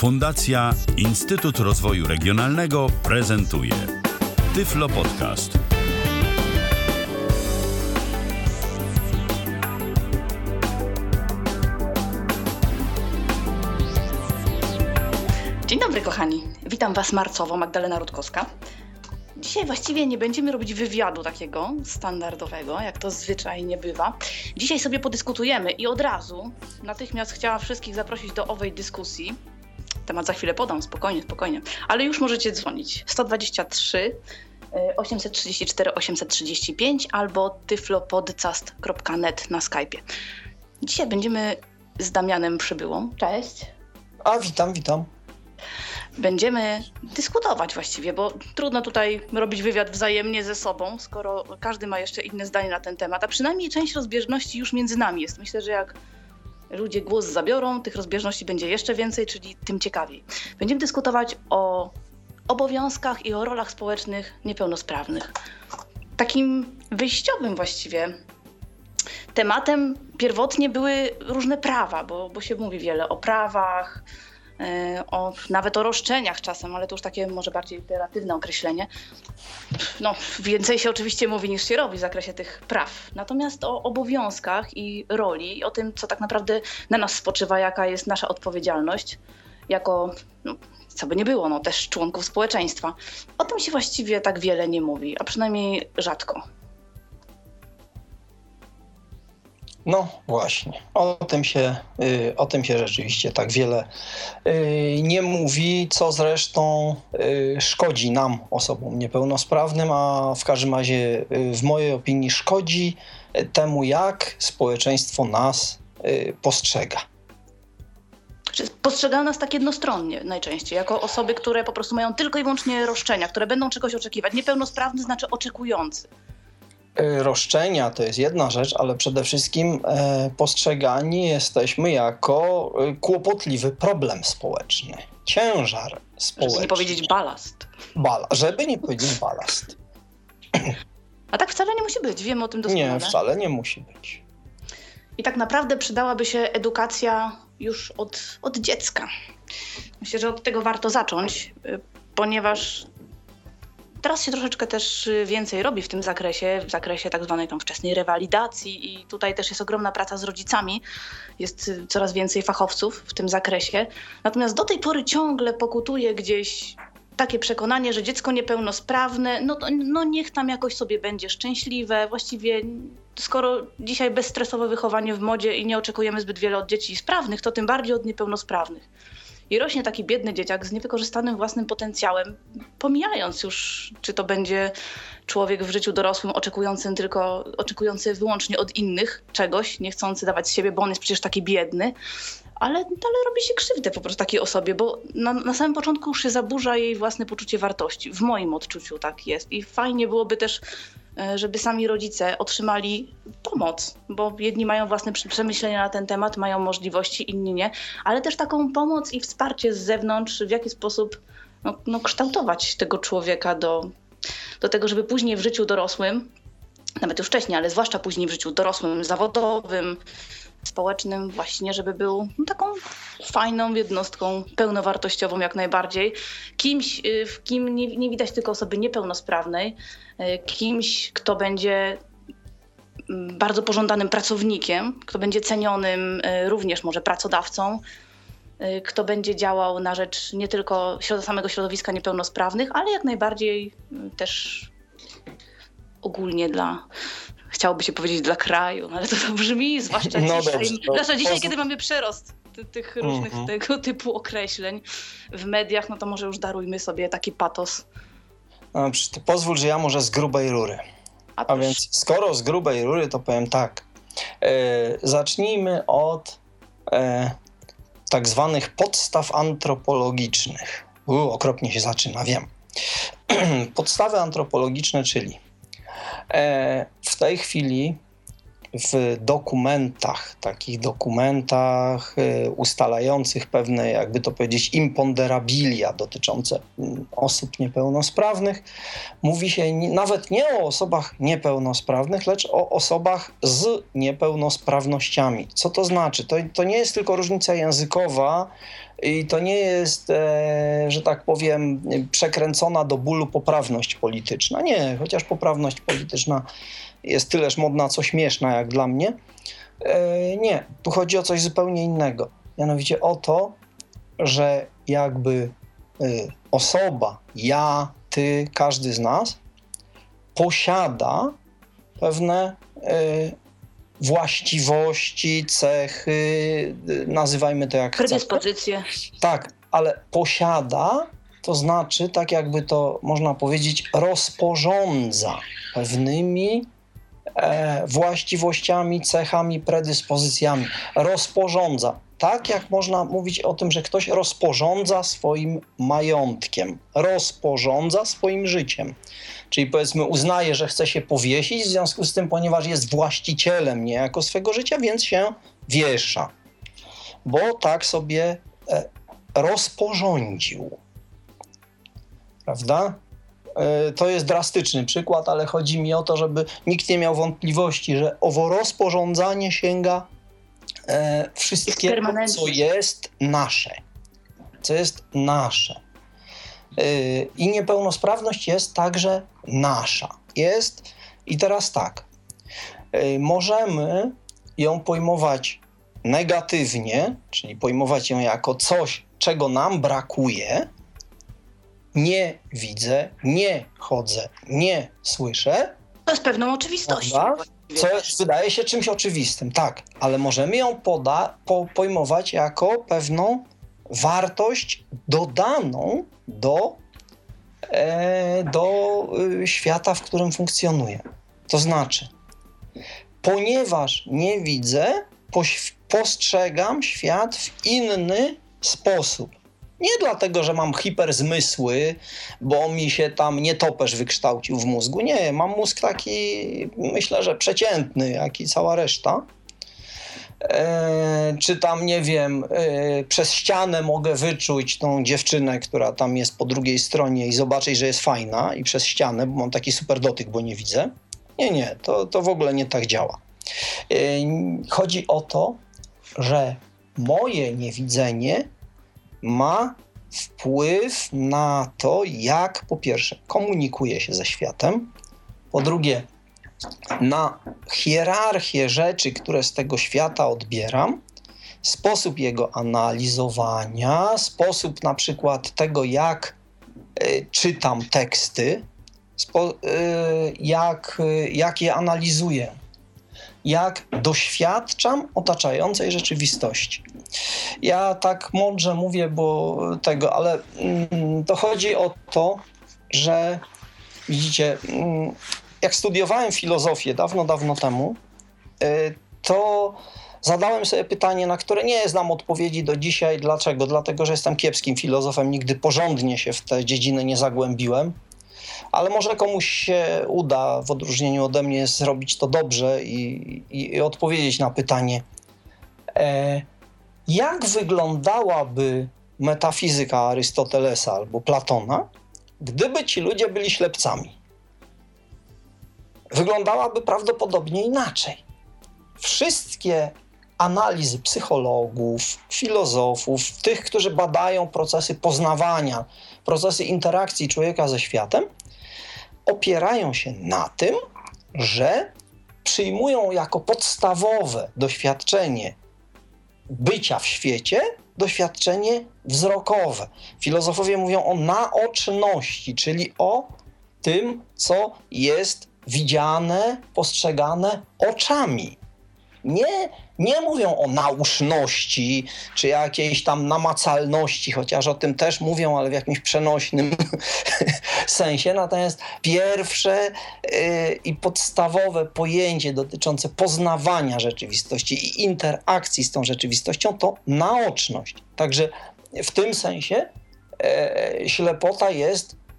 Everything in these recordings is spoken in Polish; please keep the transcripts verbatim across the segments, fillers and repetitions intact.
Fundacja Instytut Rozwoju Regionalnego prezentuje Tyflo Podcast. Dzień dobry kochani, witam Was marcowo, Magdalena Rutkowska. Dzisiaj właściwie nie będziemy robić wywiadu takiego standardowego, jak to zwyczajnie bywa. Dzisiaj sobie podyskutujemy i od razu natychmiast chciałam wszystkich zaprosić do owej dyskusji. Temat za chwilę podam, spokojnie, spokojnie. Ale już możecie dzwonić sto dwadzieścia trzy osiemset trzydzieści cztery osiemset trzydzieści pięć albo tyflopodcast kropka net na Skype'ie. Dzisiaj będziemy z Damianem Przybyłą. Cześć. A witam, witam. Będziemy dyskutować właściwie, bo trudno tutaj robić wywiad wzajemnie ze sobą, skoro każdy ma jeszcze inne zdanie na ten temat, a przynajmniej część rozbieżności już między nami jest. Myślę, że jak ludzie głos zabiorą, tych rozbieżności będzie jeszcze więcej, czyli tym ciekawiej. Będziemy dyskutować o obowiązkach i o rolach społecznych niepełnosprawnych. Takim wyjściowym właściwie tematem pierwotnie były różne prawa, bo, bo się mówi wiele o prawach, o, nawet o roszczeniach czasem, ale to już takie może bardziej pejoratywne określenie. No, więcej się oczywiście mówi niż się robi w zakresie tych praw. Natomiast o obowiązkach i roli, i o tym, co tak naprawdę na nas spoczywa, jaka jest nasza odpowiedzialność jako, no, co by nie było, no, też członków społeczeństwa. O tym się właściwie tak wiele nie mówi, a przynajmniej rzadko. No właśnie, o tym się, y, o tym się rzeczywiście tak wiele y, nie mówi, co zresztą y, szkodzi nam, osobom niepełnosprawnym, a w każdym razie y, w mojej opinii szkodzi temu, jak społeczeństwo nas y, postrzega. Postrzega nas tak jednostronnie najczęściej, jako osoby, które po prostu mają tylko i wyłącznie roszczenia, które będą czegoś oczekiwać. Niepełnosprawny znaczy oczekujący. Roszczenia to jest jedna rzecz, ale przede wszystkim e, postrzegani jesteśmy jako e, kłopotliwy problem społeczny, ciężar społeczny. Żeby nie powiedzieć balast. Bala, żeby nie powiedzieć balast. A tak wcale nie musi być, wiemy o tym doskonale. Nie, wcale nie musi być. I tak naprawdę przydałaby się edukacja już od, od dziecka. Myślę, że od tego warto zacząć, ponieważ teraz się troszeczkę też więcej robi w tym zakresie, w zakresie tak zwanej tam wczesnej rewalidacji i tutaj też jest ogromna praca z rodzicami. Jest coraz więcej fachowców w tym zakresie. Natomiast do tej pory ciągle pokutuje gdzieś takie przekonanie, że dziecko niepełnosprawne, no, to, no niech tam jakoś sobie będzie szczęśliwe. Właściwie skoro dzisiaj bezstresowe wychowanie w modzie i nie oczekujemy zbyt wiele od dzieci sprawnych, to tym bardziej od niepełnosprawnych. I rośnie taki biedny dzieciak z niewykorzystanym własnym potencjałem, pomijając już, czy to będzie człowiek w życiu dorosłym oczekujący tylko, oczekujący wyłącznie od innych czegoś, nie chcący dawać z siebie, bo on jest przecież taki biedny, ale, ale robi się krzywdę po prostu takiej osobie, bo na, na samym początku już się zaburza jej własne poczucie wartości. W moim odczuciu tak jest i fajnie byłoby też, żeby sami rodzice otrzymali pomoc, bo jedni mają własne przemyślenia na ten temat, mają możliwości, inni nie, ale też taką pomoc i wsparcie z zewnątrz, w jaki sposób no, no, kształtować tego człowieka do, do tego, żeby później w życiu dorosłym, nawet już wcześniej, ale zwłaszcza później w życiu dorosłym, zawodowym, społecznym właśnie, żeby był no, taką fajną jednostką, pełnowartościową jak najbardziej. Kimś, w kim nie, nie widać tylko osoby niepełnosprawnej, kimś, kto będzie bardzo pożądanym pracownikiem, kto będzie cenionym również może pracodawcą, kto będzie działał na rzecz nie tylko samego środowiska niepełnosprawnych, ale jak najbardziej też ogólnie dla, chciałoby się powiedzieć dla kraju, ale to, to brzmi, zwłaszcza no dzisiaj, dobrze, to zwłaszcza dzisiaj, kiedy mamy przerost ty, tych różnych mm-hmm. tego typu określeń w mediach, no to może już darujmy sobie taki patos. No, pozwól, że ja może z grubej rury. A, A więc skoro z grubej rury, to powiem tak. E, zacznijmy od e, tak zwanych podstaw antropologicznych. U, okropnie się zaczyna, wiem. Podstawy antropologiczne, czyli e, w tej chwili w dokumentach, takich dokumentach ustalających pewne, jakby to powiedzieć, imponderabilia dotyczące osób niepełnosprawnych, mówi się nawet nie o osobach niepełnosprawnych, lecz o osobach z niepełnosprawnościami. Co to znaczy? To, to nie jest tylko różnica językowa i to nie jest, e, że tak powiem, przekręcona do bólu poprawność polityczna. Nie, chociaż poprawność polityczna jest tyleż modna, co śmieszna jak dla mnie. E, nie, tu chodzi o coś zupełnie innego. Mianowicie o to, że jakby y, osoba, ja, ty, każdy z nas posiada pewne y, właściwości, cechy, y, nazywajmy to jak chcemy. Predyspozycje. Tak, ale posiada, to znaczy, tak jakby to można powiedzieć, rozporządza pewnymi e, właściwościami, cechami, predyspozycjami. Rozporządza. Tak jak można mówić o tym, że ktoś rozporządza swoim majątkiem, rozporządza swoim życiem. Czyli powiedzmy uznaje, że chce się powiesić, w związku z tym, ponieważ jest właścicielem niejako swego życia, więc się wiesza. Bo tak sobie e, rozporządził. Prawda? E, to jest drastyczny przykład, ale chodzi mi o to, żeby nikt nie miał wątpliwości, że owo rozporządzanie sięga e, wszystkiego, co jest nasze. Co jest nasze. E, I niepełnosprawność jest także nasza. Jest i teraz tak. E, możemy ją pojmować negatywnie, czyli pojmować ją jako coś, czego nam brakuje. Nie widzę, nie chodzę, nie słyszę. To jest pewną oczywistością. Prawda? Co wydaje się czymś oczywistym, tak, ale możemy ją poda, po, pojmować jako pewną wartość dodaną do, e, do y, świata, w którym funkcjonuje. To znaczy, ponieważ nie widzę, poś, postrzegam świat w inny sposób. Nie dlatego, że mam hiperzmysły, bo mi się tam nietoperz wykształcił w mózgu. Nie, mam mózg taki, myślę, że przeciętny, jak i cała reszta. E, czy tam, nie wiem, e, przez ścianę mogę wyczuć tą dziewczynę, która tam jest po drugiej stronie i zobaczyć, że jest fajna i przez ścianę, bo mam taki super dotyk, bo nie widzę. Nie, nie, to, to w ogóle nie tak działa. E, chodzi o to, że moje niewidzenie ma wpływ na to, jak po pierwsze komunikuję się ze światem, po drugie na hierarchię rzeczy, które z tego świata odbieram, sposób jego analizowania, sposób na przykład tego, jak y, czytam teksty, spo, y, jak, y, jak je analizuję, jak doświadczam otaczającej rzeczywistości. Ja tak mądrze mówię, bo tego, ale mm, to chodzi o to, że widzicie, mm, jak studiowałem filozofię dawno, dawno temu, y, to zadałem sobie pytanie, na które nie znam odpowiedzi do dzisiaj. Dlaczego? Dlatego, że jestem kiepskim filozofem, nigdy porządnie się w tę dziedzinę nie zagłębiłem. Ale może komuś się uda, w odróżnieniu ode mnie, zrobić to dobrze i, i, i odpowiedzieć na pytanie, e, jak wyglądałaby metafizyka Arystotelesa albo Platona, gdyby ci ludzie byli ślepcami? Wyglądałaby prawdopodobnie inaczej. Wszystkie analizy psychologów, filozofów, tych, którzy badają procesy poznawania, procesy interakcji człowieka ze światem, opierają się na tym, że przyjmują jako podstawowe doświadczenie bycia w świecie doświadczenie wzrokowe. Filozofowie mówią o naoczności, czyli o tym, co jest widziane, postrzegane oczami. Nie, nie mówią o nauszności, czy jakiejś tam namacalności, chociaż o tym też mówią, ale w jakimś przenośnym sensie. Natomiast pierwsze yy, i podstawowe pojęcie dotyczące poznawania rzeczywistości i interakcji z tą rzeczywistością to naoczność. Także w tym sensie yy, ślepota jest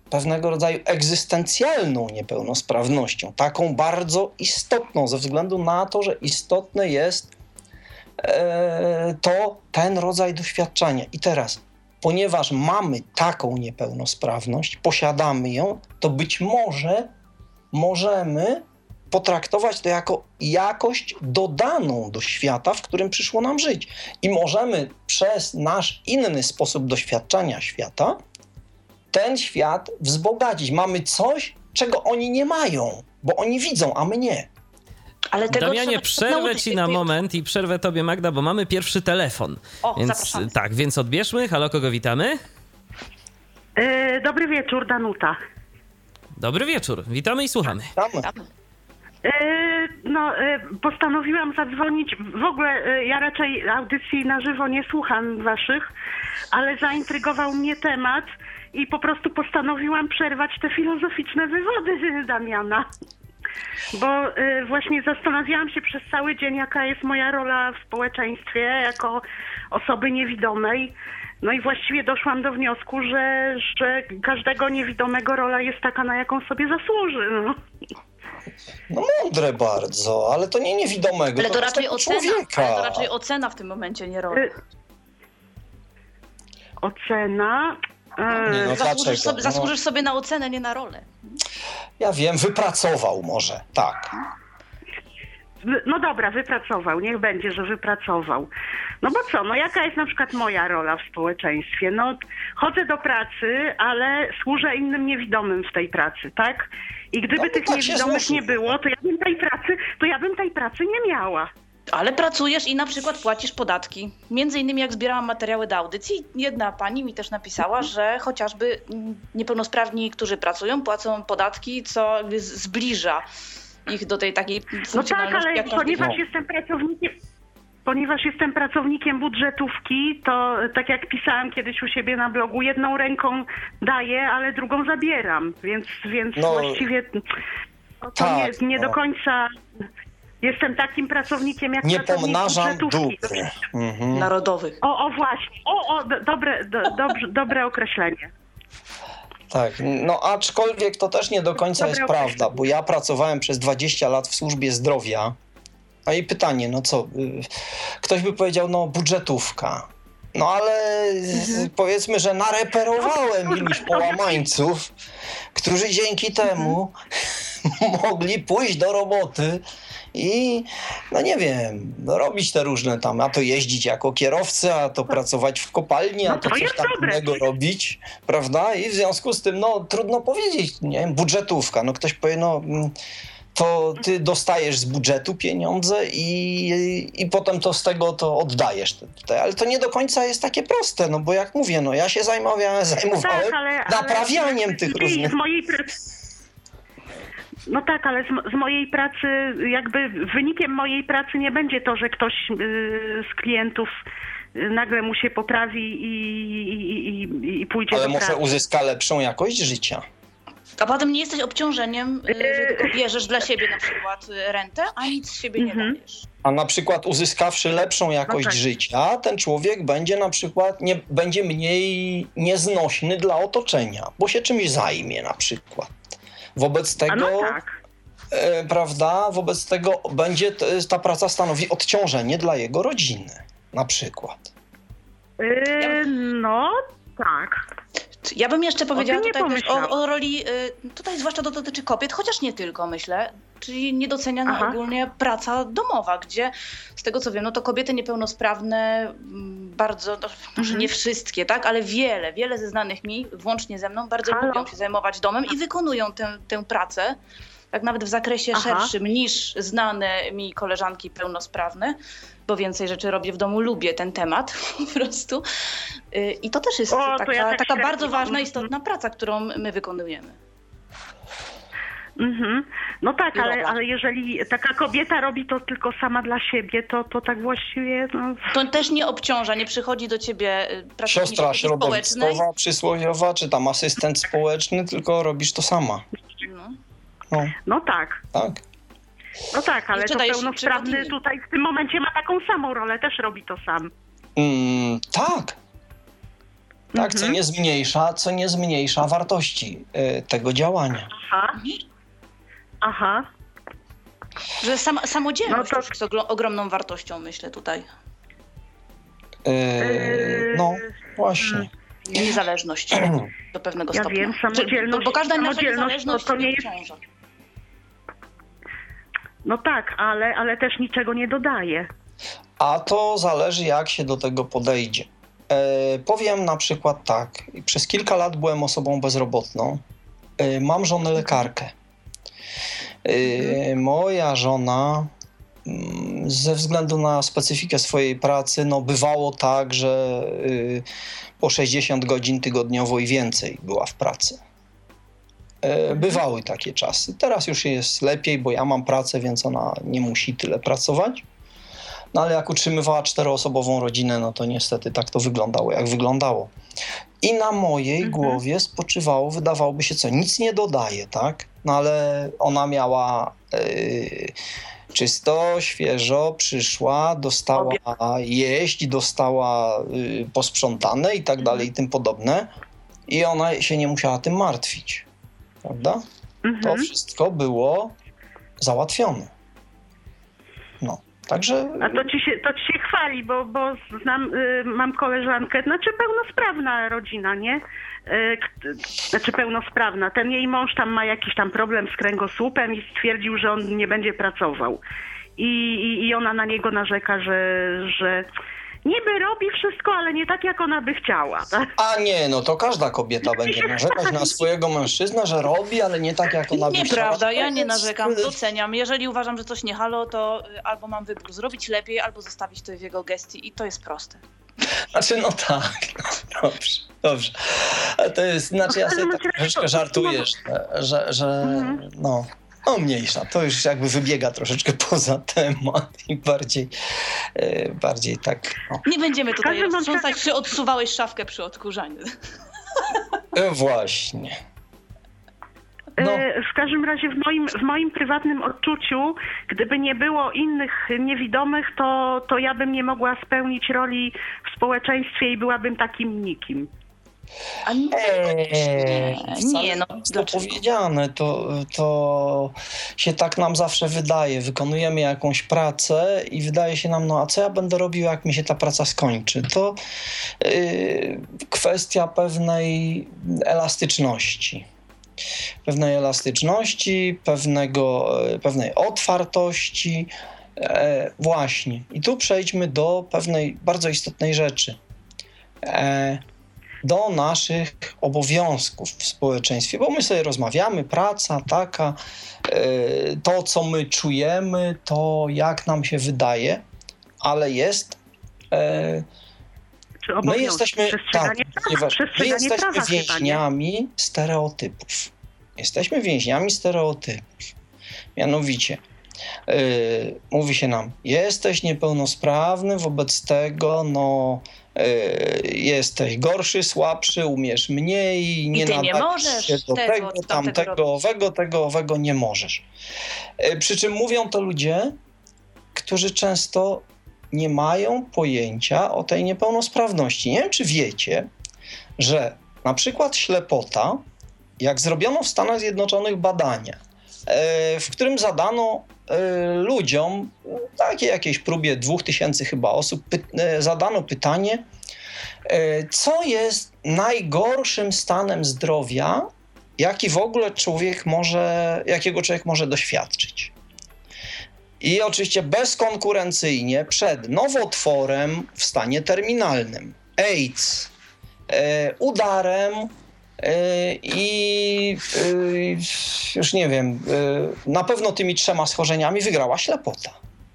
pewnego rodzaju egzystencjalną niepełnosprawnością, taką bardzo istotną, ze względu na to, że istotne jest e, to ten rodzaj doświadczenia. I teraz, ponieważ mamy taką niepełnosprawność, posiadamy ją, to być może możemy potraktować to jako jakość dodaną do świata, w którym przyszło nam żyć. I możemy przez nasz inny sposób doświadczania świata ten świat wzbogacić. Mamy coś, czego oni nie mają, bo oni widzą, a my nie. Ale tego Damianie, przerwę ci na moment i przerwę tobie, Magda, bo mamy pierwszy telefon. O, więc, zapraszamy. tak, więc odbierzmy. Halo, kogo witamy? Yy, dobry wieczór, Danuta. Dobry wieczór, witamy i słuchamy. Tam. Yy, no, yy, postanowiłam zadzwonić. W ogóle yy, ja raczej audycji na żywo nie słucham waszych, ale zaintrygował mnie temat i po prostu postanowiłam przerwać te filozoficzne wywody Damiana. Bo y, właśnie zastanawiałam się przez cały dzień, jaka jest moja rola w społeczeństwie jako osoby niewidomej. No i właściwie doszłam do wniosku, że, że każdego niewidomego rola jest taka, na jaką sobie zasłuży. No, No mądre bardzo, ale to nie niewidomego, Ale to, to raczej ocena, człowieka. ale to raczej ocena w tym momencie, nie rola. Y, ocena... Nie, no y, dlaczego? Zasłużysz sobie, No. zasłużysz sobie na ocenę, nie na rolę. Ja wiem, wypracował może, tak. No dobra, wypracował, niech będzie, że wypracował. No bo co, no jaka jest na przykład moja rola w społeczeństwie? No chodzę do pracy, ale służę innym niewidomym w tej pracy, tak? I gdyby No, tych tak się niewidomych złożyło. nie było, to ja bym tej pracy, to ja bym tej pracy nie miała. Ale pracujesz i na przykład płacisz podatki. Między innymi jak zbierałam materiały do audycji, jedna pani mi też napisała, że chociażby mm, niepełnosprawni, którzy pracują, płacą podatki, co jakby z- zbliża ich do tej takiej No tak, funkcjonalności. ale jak każdy ponieważ inny. jestem pracownikiem, ponieważ jestem pracownikiem budżetówki, to tak jak pisałam kiedyś u siebie na blogu, jedną ręką daję, ale drugą zabieram, więc, więc No, właściwie to, to tak, nie, nie no. do końca jestem takim pracownikiem jak Nie pracownik pomnażam budżetówki. dóbr. Mhm. Narodowych. O, o właśnie, o, o do, dobre, do, dobrze, dobre określenie. Tak, no aczkolwiek to też nie do końca jest Dobra, prawda, bo ja pracowałem przez dwadzieścia lat w służbie zdrowia. No i pytanie, no co, y, ktoś by powiedział, no budżetówka. No ale z, powiedzmy, że nareperowałem iluś połamańców, którzy dzięki temu mogli pójść do roboty i, no nie wiem, no robić te różne tam, a to jeździć jako kierowcy, a to pracować w kopalni, a No to to coś jest tam dobre. innego robić, prawda? I w związku z tym, no trudno powiedzieć, nie wiem, budżetówka, no ktoś powie, no mm, to ty dostajesz z budżetu pieniądze i, i potem to z tego to oddajesz. Te, te, ale to nie do końca jest takie proste, no bo jak mówię, no ja się zajmowałem, zajmowałem Tak, ale, ale naprawianiem tych z, różnych... z mojej pracy. No tak, ale z, z mojej pracy, jakby wynikiem mojej pracy nie będzie to, że ktoś y, z klientów y, nagle mu się poprawi i, i, i, i pójdzie Ale do może pracy. uzyska lepszą jakość życia. A potem nie jesteś obciążeniem, y, że tylko bierzesz dla siebie na przykład y, rentę, a nic z siebie nie Mhm. dajesz. A na przykład uzyskawszy lepszą jakość No tak. życia, ten człowiek będzie na przykład nie, będzie mniej nieznośny dla otoczenia, bo się czymś zajmie na przykład. Wobec A tego, no tak. e, prawda, wobec tego będzie t- ta praca stanowi odciążenie dla jego rodziny na przykład. Y, no tak. Ja bym jeszcze powiedziała tym nie tutaj też o, pomyślałam. o roli, y, tutaj zwłaszcza to dotyczy kobiet, chociaż nie tylko, myślę, czyli niedoceniana Aha. ogólnie praca domowa, gdzie z tego co wiem, no to kobiety niepełnosprawne mm, bardzo, no, może Mhm. nie wszystkie, tak, ale wiele, wiele ze znanych mi, włącznie ze mną, bardzo Halo? lubią się zajmować domem i wykonują tę, tę pracę, tak nawet w zakresie Aha. szerszym niż znane mi koleżanki pełnosprawne, bo więcej rzeczy robię w domu, lubię ten temat po prostu. Y, I to też jest O, to taka, ja tak taka średnio. bardzo ważna, Mhm. istotna praca, którą my wykonujemy. Mhm. No tak, I ale, rola. ale jeżeli taka kobieta robi to tylko sama dla siebie, to, to tak właściwie... No, To też nie obciąża, nie przychodzi do ciebie y, pracownik Siostra opieki społecznej. środowiskowa, przysłowiowa, czy tam asystent społeczny, tylko robisz to sama. No. No, no tak. tak. No tak, ale Jeszcze to dajesz pełnosprawny przykład tutaj w tym momencie ma taką samą rolę, też robi to sam. Mm, tak. Tak, Mhm. co nie zmniejsza, co nie zmniejsza wartości y, tego działania. Aha. Aha. Że sama, samodzielność No to- też jest oglo- ogromną wartością, myślę tutaj. Y, no, właśnie. Niezależność do pewnego Ja stopnia. wiem, Czy- samodzielność- Bo, bo każda nasza samodzielność niezależność to- to nie jest- obciąża. No tak, ale, ale też niczego nie dodaje. A to zależy, jak się do tego podejdzie. E, powiem na przykład tak. Przez kilka lat byłem osobą bezrobotną. E, mam żonę lekarkę. E, moja żona mm, ze względu na specyfikę swojej pracy, no bywało tak, że y, po sześćdziesiąt godzin tygodniowo i więcej była w pracy. E, bywały takie czasy. Teraz już jest lepiej, bo ja mam pracę, więc ona nie musi tyle pracować. No ale jak utrzymywała czteroosobową rodzinę, no to niestety tak to wyglądało, jak wyglądało. I na mojej Mhm. głowie spoczywało, wydawałoby się, co nic nie dodaje, tak? No ale ona miała yy, czysto, świeżo, przyszła, dostała jeść, dostała yy, posprzątane i tak dalej i tym podobne. I ona się nie musiała tym martwić, prawda? To Mhm. wszystko było załatwione. No, także... A to ci się, to ci się chwali, bo, bo znam, y, mam koleżankę, znaczy pełnosprawna rodzina, nie? Y, k- znaczy pełnosprawna. Ten jej mąż tam ma jakiś tam problem z kręgosłupem i stwierdził, że on nie będzie pracował. I, i, i ona na niego narzeka, że, że niby robi wszystko, ale nie tak, jak ona by chciała. Tak? A nie, no to każda kobieta będzie narzekać na swojego mężczyznę, że robi, ale nie tak, jak ona by chciała. Nieprawda, ja nie Więc, narzekam, y, doceniam. Jeżeli uważam, że coś nie halo, to y, albo mam wybór zrobić lepiej, albo zostawić to w jego gestii i to jest proste. Znaczy, no tak, no, dobrze, dobrze. Ale to jest, znaczy ja sobie tak troszeczkę żartuję, że, że, że no, no mniejsza, to już jakby wybiega troszeczkę poza temat i bardziej, e, bardziej tak, no. Nie będziemy tutaj każdym bądź roztrząsać, razie- czy odsuwałeś szafkę przy odkurzaniu. E, właśnie. No. E, W każdym razie w moim, w moim prywatnym odczuciu, gdyby nie było innych niewidomych, to, to ja bym nie mogła spełnić roli w społeczeństwie i byłabym takim nikim. A nie, Eee, nie, no to dlaczego? powiedziane, to, to się tak nam zawsze wydaje. Wykonujemy jakąś pracę i wydaje się nam, no a co ja będę robił, jak mi się ta praca skończy? To yy, kwestia pewnej elastyczności. Pewnej elastyczności, pewnego, pewnej otwartości. E, właśnie. I tu przejdźmy do pewnej bardzo istotnej rzeczy. E, do naszych obowiązków w społeczeństwie, bo my sobie rozmawiamy, praca taka, e, to co my czujemy, to jak nam się wydaje, ale jest... E, Czy My obowiązki? jesteśmy, tak, Przestrzeganie prawa, ponieważ my przestrzeganie jesteśmy prawa chyba, nie? więźniami stereotypów. Jesteśmy więźniami stereotypów. Mianowicie, yy, mówi się nam, jesteś niepełnosprawny, wobec tego no, yy, jesteś gorszy, słabszy, umiesz mniej, nie ty nie nadajesz możesz się do tego tego, czy tamtego tamtego, owego, tego, owego nie możesz. Yy, przy czym mówią to ludzie, którzy często nie mają pojęcia o tej niepełnosprawności. Nie wiem, czy wiecie, że na przykład ślepota, jak zrobiono w Stanach Zjednoczonych badania, e, w którym zadano e, ludziom, takiej jakiejś próbie dwóch tysięcy chyba osób, py- e, zadano pytanie, e, co jest najgorszym stanem zdrowia, jaki w ogóle człowiek może, jakiego człowiek może doświadczyć. I oczywiście bezkonkurencyjnie przed nowotworem w stanie terminalnym, AIDS, e, udarem e, i e, już nie wiem, e, na pewno tymi trzema schorzeniami wygrała ślepota.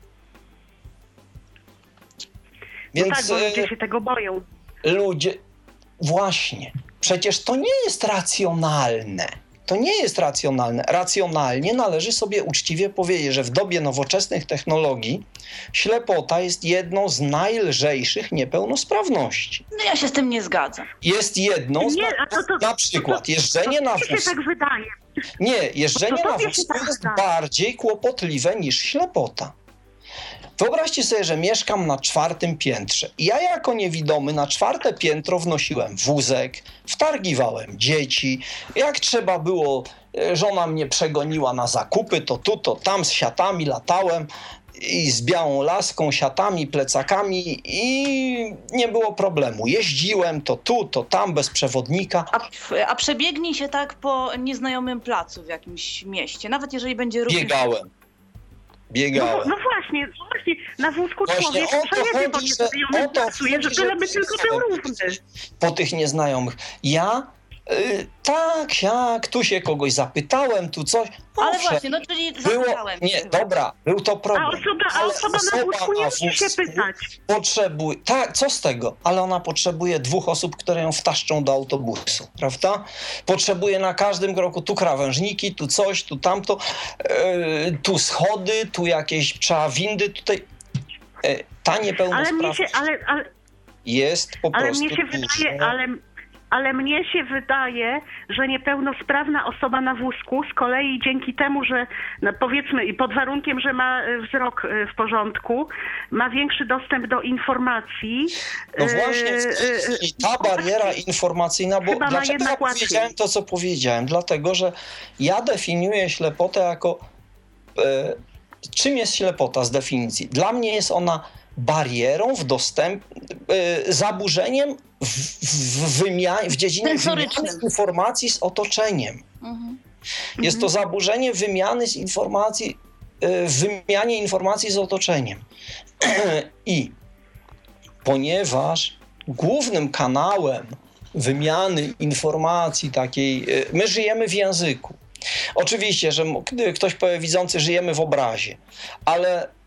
No Więc tak, bo e, ludzie się tego boją. ludzie, właśnie, przecież to nie jest racjonalne. To nie jest racjonalne. Racjonalnie należy sobie uczciwie powiedzieć, że w dobie nowoczesnych technologii ślepota jest jedną z najlżejszych niepełnosprawności. No ja się z tym nie zgadzam. Jest jedną z... Nie, a to- to- na przykład to- jeżdżenie na To się wózku. tak wydaje. Nie, jeżdżenie to na tobie się wózku tak jest wydaje. bardziej kłopotliwe niż ślepota. Wyobraźcie sobie, że mieszkam na czwartym piętrze. Ja jako niewidomy na czwarte piętro wnosiłem wózek, wtargiwałem dzieci. Jak trzeba było, żona mnie przegoniła na zakupy, to tu, to tam z siatami latałem i z białą laską, siatami, plecakami i nie było problemu. Jeździłem to tu, to tam, bez przewodnika. A, a przebiegnij się tak po nieznajomym placu w jakimś mieście, nawet jeżeli będzie również... Biegałem. No, Biegałem. no właśnie, właśnie, na wózku Właśnie człowiek o to przejedzie po chodzi, że- nieznajomym o to pracuje, chodzi, że byleby że- tylko był równy. Po tych nieznajomych. Ja y, tak, siak, tu się kogoś zapytałem, tu coś. Ale Owszem, właśnie, no czyli było, zapytałem nie, się. dobra, był to problem. A osoba, a ale osoba na wózku nie musi się pytać. Potrzebuje, tak, co z tego? Ale ona potrzebuje dwóch osób, które ją wtaszczą do autobusu, prawda? Potrzebuje na każdym kroku tu krawężniki, tu coś, tu tamto, yy, tu schody, tu jakieś trzeba windy, tutaj. Yy, ta Ale mnie niepełnosprawność się, ale, ale, jest po ale prostu mnie się duża. wydaje, ale, ale mnie się wydaje, że niepełnosprawna osoba na wózku z kolei dzięki temu, że no powiedzmy i pod warunkiem, że ma e, wzrok e, w porządku, ma większy dostęp do informacji. No e, właśnie, e, i ta bariera informacyjna, bo Chyba ma dlaczego jednak ja łatwiej. powiedziałem to, co powiedziałem? Dlatego, że ja definiuję ślepotę jako... E, czym jest ślepota z definicji? Dla mnie jest ona barierą w dostęp, e, zaburzeniem w, w, wymianie, w dziedzinie Sensorycznym. wymiany informacji z otoczeniem. Mhm. Jest to zaburzenie wymiany z informacji, e, w wymianie informacji z otoczeniem. I ponieważ głównym kanałem wymiany informacji takiej, e, my żyjemy w języku. Oczywiście, że m- gdy ktoś powie widzący, żyjemy w obrazie, ale e,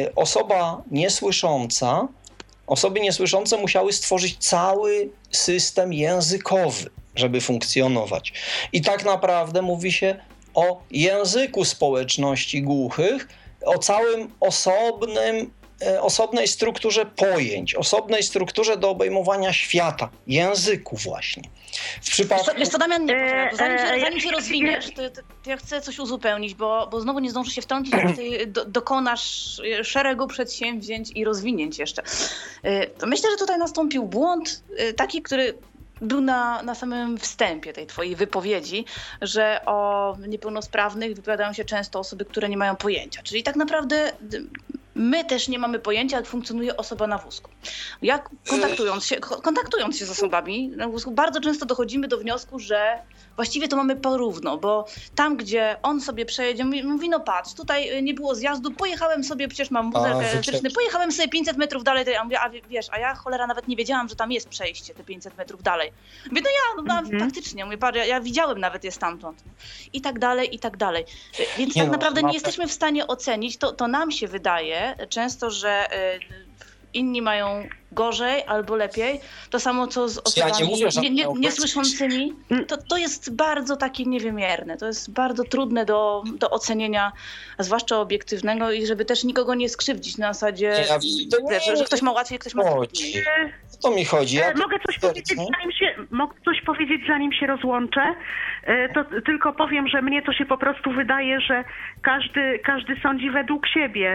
osoba niesłysząca, osoby niesłyszące musiały stworzyć cały system językowy, żeby funkcjonować. I tak naprawdę mówi się o języku społeczności głuchych, o całym osobnym, e, osobnej strukturze pojęć, osobnej strukturze do obejmowania świata, języku właśnie. W przypadku... Wiesz co, wiesz co, Damian, nie, Eee, poczekaj, zanim, się, eee, zanim się ja- rozwiniesz, to, to, to ja chcę coś uzupełnić, bo, bo znowu nie zdążę się wtrącić, jak ty do, dokonasz e, szeregu przedsięwzięć i rozwinięć jeszcze. E, to myślę, że tutaj nastąpił błąd e, taki, który był na, na samym wstępie tej twojej wypowiedzi, że o niepełnosprawnych wypowiadają się często osoby, które nie mają pojęcia. Czyli tak naprawdę d- my też nie mamy pojęcia, jak funkcjonuje osoba na wózku. Jak kontaktując się, ko- kontaktując się z osobami na wózku, bardzo często dochodzimy do wniosku, że właściwie to mamy porówno, bo tam, gdzie on sobie przejedzie, mówi, mówi no patrz, tutaj y, nie było zjazdu, pojechałem sobie, przecież mam wózek A, elektryczny, wycieczka. pojechałem sobie pięćset metrów dalej, to ja mówię, a wie- wiesz, a ja cholera nawet nie wiedziałam, że tam jest przejście, te pięćset metrów dalej. Mówię, no ja, no, Mhm. faktycznie, mówię, patrz, ja, ja widziałem nawet je stamtąd. I tak dalej, i tak dalej. Y, Więc Nie tak no, naprawdę na nie pe- jesteśmy w stanie ocenić, to, to nam się wydaje często, że y, inni mają gorzej albo lepiej. To samo co z Ja nie osobami mówię, że nie, nie, mają niesłyszącymi. To, to jest bardzo takie niewymierne. To jest bardzo trudne do, do ocenienia, a zwłaszcza obiektywnego i żeby też nikogo nie skrzywdzić na zasadzie, Nie, ja- to nie- wiesz, że, że ktoś ma łatwiej, ktoś ma Chodź. trudniej. O to mi chodzi. Ja E, Mogę coś powiedzieć, zanim się, mogę coś powiedzieć, zanim się rozłączę? E, To tylko powiem, że mnie to się po prostu wydaje, że każdy, każdy sądzi według siebie.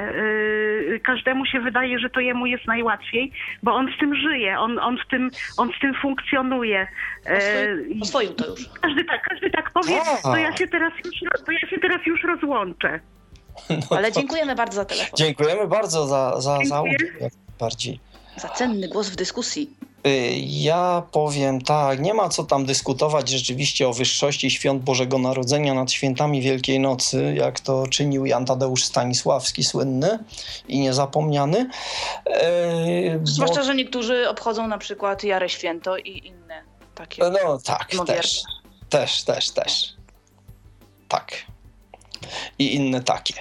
E, Każdemu się wydaje, że to jemu jest najłatwiej, bo on z tym żyje, on, on, w, tym, on w tym funkcjonuje. E, Oswoi- Oswoił to już. Każdy tak, każdy tak powie, A. to ja się teraz już, to ja się teraz już rozłączę. Ale dziękujemy bardzo za telefon. Dziękujemy bardzo za, za, za Dziękuję. udział, jak bardziej. Za cenny głos w dyskusji. Y, Ja powiem tak, nie ma co tam dyskutować rzeczywiście o wyższości świąt Bożego Narodzenia nad świętami Wielkiej Nocy, jak to czynił Jan Tadeusz Stanisławski, słynny i niezapomniany. Y, Zwłaszcza, że niektórzy obchodzą na przykład Jarę Święto i inne takie. bo, no tak, No też, też, też, też. Tak. I inne takie.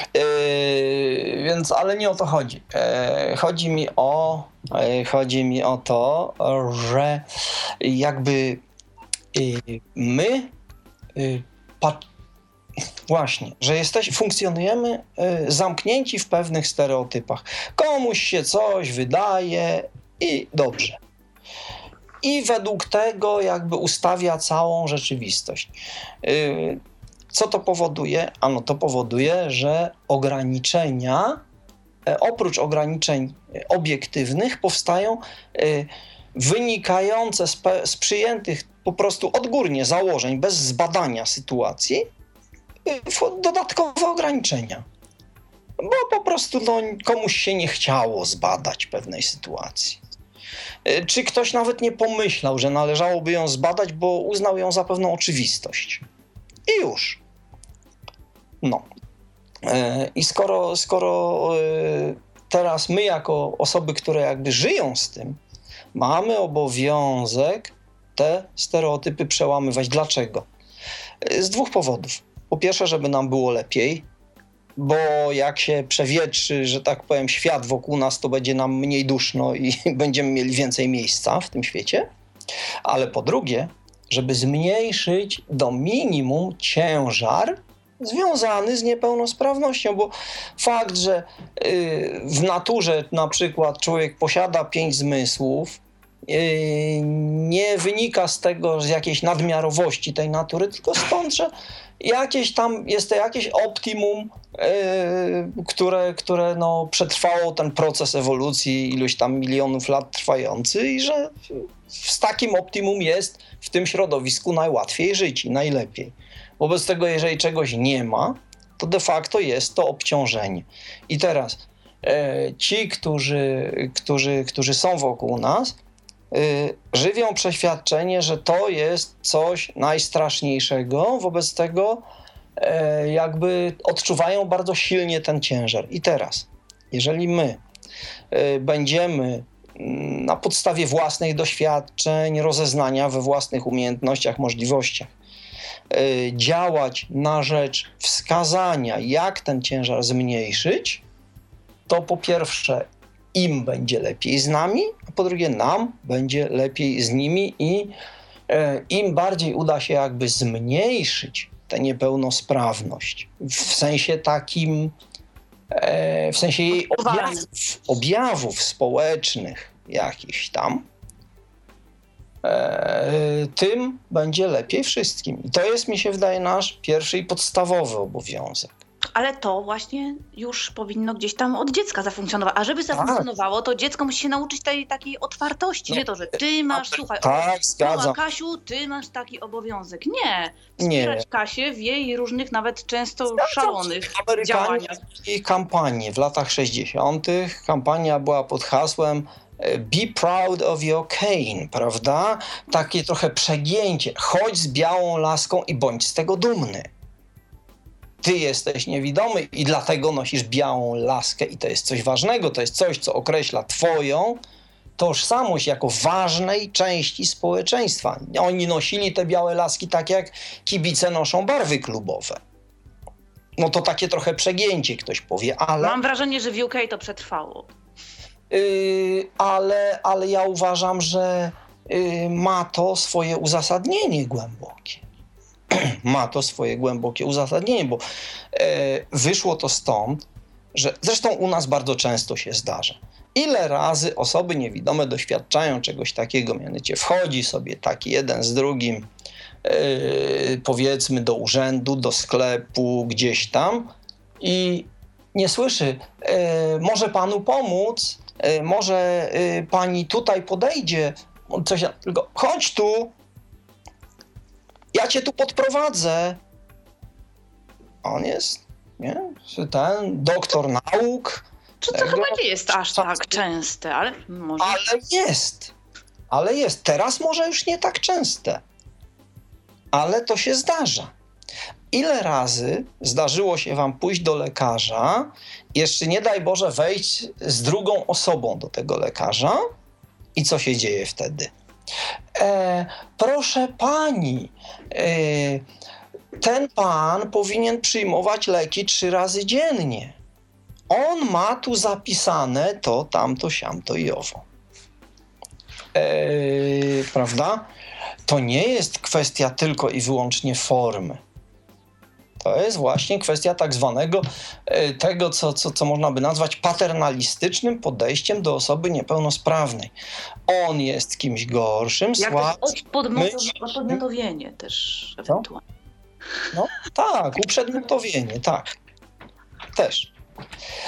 Yy, więc, ale nie o to chodzi. Yy, chodzi mi o, yy, chodzi mi o to, że jakby yy, my yy, pat- właśnie, że jesteś, funkcjonujemy yy, zamknięci w pewnych stereotypach. Komuś się coś wydaje i dobrze. I według tego jakby ustawia całą rzeczywistość. Co to powoduje? Ano to powoduje, że ograniczenia oprócz ograniczeń obiektywnych powstają wynikające z, z przyjętych po prostu odgórnie założeń, bez zbadania sytuacji, dodatkowe ograniczenia. Bo po prostu no, komuś się nie chciało zbadać pewnej sytuacji. Czy ktoś nawet nie pomyślał, że należałoby ją zbadać, bo uznał ją za pewną oczywistość. I już. No. I skoro, skoro teraz my jako osoby, które jakby żyją z tym, mamy obowiązek te stereotypy przełamywać. Dlaczego? Z dwóch powodów. Po pierwsze, żeby nam było lepiej, bo jak się przewietrzy, że tak powiem, świat wokół nas, to będzie nam mniej duszno i będziemy mieli więcej miejsca w tym świecie. Ale po drugie, żeby zmniejszyć do minimum ciężar związany z niepełnosprawnością, bo fakt, że yy, w naturze na przykład człowiek posiada pięć zmysłów, yy, nie wynika z tego, z jakiejś nadmiarowości tej natury, tylko stąd, że jakieś tam jest to jakieś optimum, yy, które, które no, przetrwało ten proces ewolucji iluś tam milionów lat trwający i że z takim optimum jest w tym środowisku najłatwiej żyć i najlepiej. Wobec tego, jeżeli czegoś nie ma, to de facto jest to obciążenie. I teraz e, ci, którzy, którzy, którzy są wokół nas, e, żywią przeświadczenie, że to jest coś najstraszniejszego, wobec tego e, jakby odczuwają bardzo silnie ten ciężar. I teraz, jeżeli my e, będziemy na podstawie własnych doświadczeń, rozeznania we własnych umiejętnościach, możliwościach, działać na rzecz wskazania, jak ten ciężar zmniejszyć, to po pierwsze im będzie lepiej z nami, a po drugie nam będzie lepiej z nimi i e, im bardziej uda się jakby zmniejszyć tę niepełnosprawność w sensie takim, e, w sensie jej objawów, objawów społecznych jakichś tam, tym będzie lepiej wszystkim. I to jest, mi się wydaje, nasz pierwszy i podstawowy obowiązek. Ale to właśnie już powinno gdzieś tam od dziecka zafunkcjonować. A żeby zafunkcjonowało, to dziecko musi się nauczyć tej takiej otwartości. No, nie to, że ty masz, słuchaj, tak, zgadzam. No, a Kasiu, ty masz taki obowiązek. Nie. Wspierać nie. Kasię w jej różnych, nawet często zgadzam. szalonych działaniach. I kampanie w latach sześćdziesiątych. Kampania była pod hasłem Be proud of your cane, prawda? Takie trochę przegięcie. Chodź z białą laską i bądź z tego dumny. Ty jesteś niewidomy i dlatego nosisz białą laskę i to jest coś ważnego, to jest coś, co określa twoją tożsamość jako ważnej części społeczeństwa. Oni nosili te białe laski tak jak kibice noszą barwy klubowe. No to takie trochę przegięcie, ktoś powie, ale... Mam wrażenie, że w U K to przetrwało. Yy, ale, ale ja uważam, że yy, ma to swoje uzasadnienie głębokie. ma to swoje głębokie uzasadnienie, bo yy, wyszło to stąd, że zresztą u nas bardzo często się zdarza. Ile razy osoby niewidome doświadczają czegoś takiego, mianowicie wchodzi sobie taki jeden z drugim, yy, powiedzmy do urzędu, do sklepu, gdzieś tam i nie słyszy, yy, może panu pomóc, może y, pani tutaj podejdzie, coś, tylko chodź tu, ja cię tu podprowadzę. On jest, nie? Ten doktor nauk. Czy to tego, chyba nie jest aż tak częste, ale może... Ale jest, ale jest. Teraz może już nie tak częste, ale to się zdarza. Ile razy zdarzyło się wam pójść do lekarza, jeszcze nie daj Boże wejść z drugą osobą do tego lekarza i co się dzieje wtedy? E, proszę pani, e, ten pan powinien przyjmować leki trzy razy dziennie. On ma tu zapisane to, tamto, siamto i owo. E, prawda? To nie jest kwestia tylko i wyłącznie formy. To jest właśnie kwestia tak zwanego tego, co, co, co można by nazwać paternalistycznym podejściem do osoby niepełnosprawnej. On jest kimś gorszym, słabszym. Upodmiotowienie też ewentualnie. No tak, uprzedmiotowienie, tak. Też.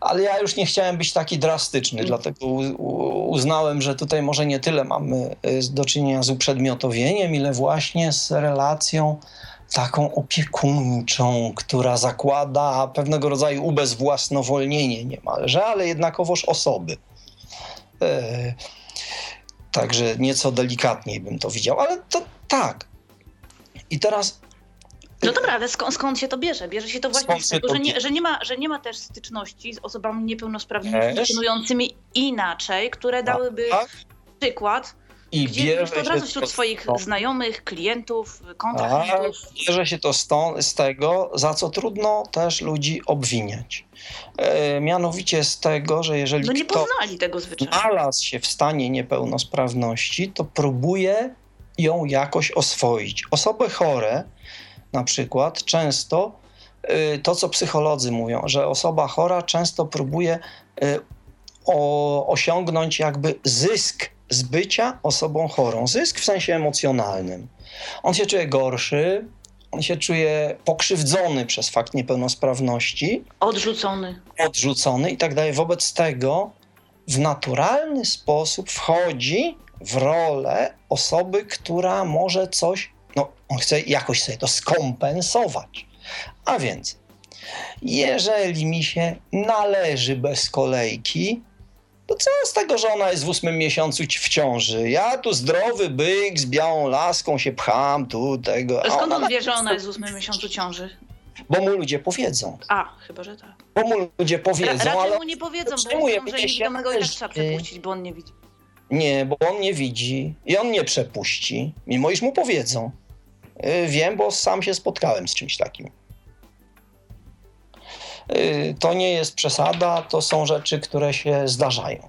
Ale ja już nie chciałem być taki drastyczny, mm. dlatego u, u, uznałem, że tutaj może nie tyle mamy do czynienia z uprzedmiotowieniem, ile właśnie z relacją taką opiekuńczą, która zakłada pewnego rodzaju ubezwłasnowolnienie niemalże, ale jednakowoż osoby. E, także nieco delikatniej bym to widział, ale to tak. I teraz... No dobra, ale skąd, skąd się to bierze? Bierze się to właśnie skąd z tego, że nie, że, nie ma, że nie ma też styczności z osobami niepełnosprawnymi, funkcjonującymi inaczej, które dałyby tak? przykład, I gdzie to od razu wśród swoich stąd. znajomych, klientów, kontrahentów. Bierze się to stąd, z tego, za co trudno też ludzi obwiniać. E, mianowicie z tego, że jeżeli no nie kto poznali tego zwyczaju. znalazł się w stanie niepełnosprawności, to próbuje ją jakoś oswoić. Osoby chore na przykład często, y, to co psycholodzy mówią, że osoba chora często próbuje y, o, osiągnąć jakby zysk z bycia osobą chorą. Zysk w sensie emocjonalnym. On się czuje gorszy, on się czuje pokrzywdzony przez fakt niepełnosprawności. Odrzucony. Odrzucony i tak dalej. Wobec tego w naturalny sposób wchodzi w rolę osoby, która może coś, no on chce jakoś sobie to skompensować. A więc, jeżeli mi się należy bez kolejki, to co z tego, że ona jest w ósmym miesiącu w ciąży? Ja tu zdrowy byk z białą laską się pcham, tu tego... A skąd on wie, że ona jest w ósmym miesiącu ciąży? Bo mu ludzie powiedzą. A, chyba, że tak. Bo mu ludzie powiedzą, Ra- ale... Raczej mu nie powiedzą, bo mówią, że niewidomego i tak trzeba przepuścić, bo on nie widzi. Nie, bo on nie widzi i on nie przepuści, mimo iż mu powiedzą. Yy, wiem, bo sam się spotkałem z czymś takim. Yy, to nie jest przesada, to są rzeczy, które się zdarzają.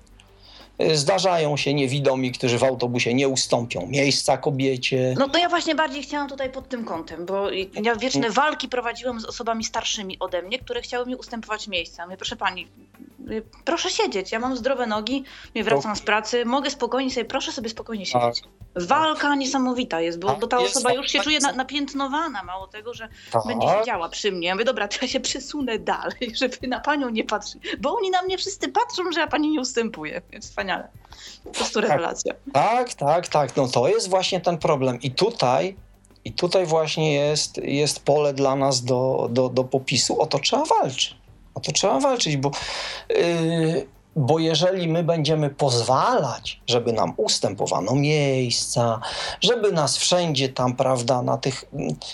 Yy, zdarzają się niewidomi, którzy w autobusie nie ustąpią miejsca kobiecie. No to ja właśnie bardziej chciałam tutaj pod tym kątem, bo ja wieczne walki prowadziłam z osobami starszymi ode mnie, które chciały mi ustępować miejsca. Mówię, proszę pani, proszę siedzieć, ja mam zdrowe nogi, wracam to... z pracy, mogę spokojnie sobie, proszę sobie spokojnie siedzieć. Tak. Walka niesamowita jest, bo, bo ta osoba już się czuje na, napiętnowana, mało tego, że tak. będzie siedziała przy mnie. Ja mówię, dobra, to ja się przesunę dalej, żeby na panią nie patrzeć, bo oni na mnie wszyscy patrzą, że ja pani nie ustępuję. Więc wspaniale. Po prostu rewelacja. Tak, tak, tak. No to jest właśnie ten problem. I tutaj, i tutaj właśnie jest, jest pole dla nas do, do, do popisu. O to trzeba walczyć. O to trzeba walczyć, bo, yy, bo jeżeli my będziemy pozwalać, żeby nam ustępowano miejsca, żeby nas wszędzie tam, prawda, na tych...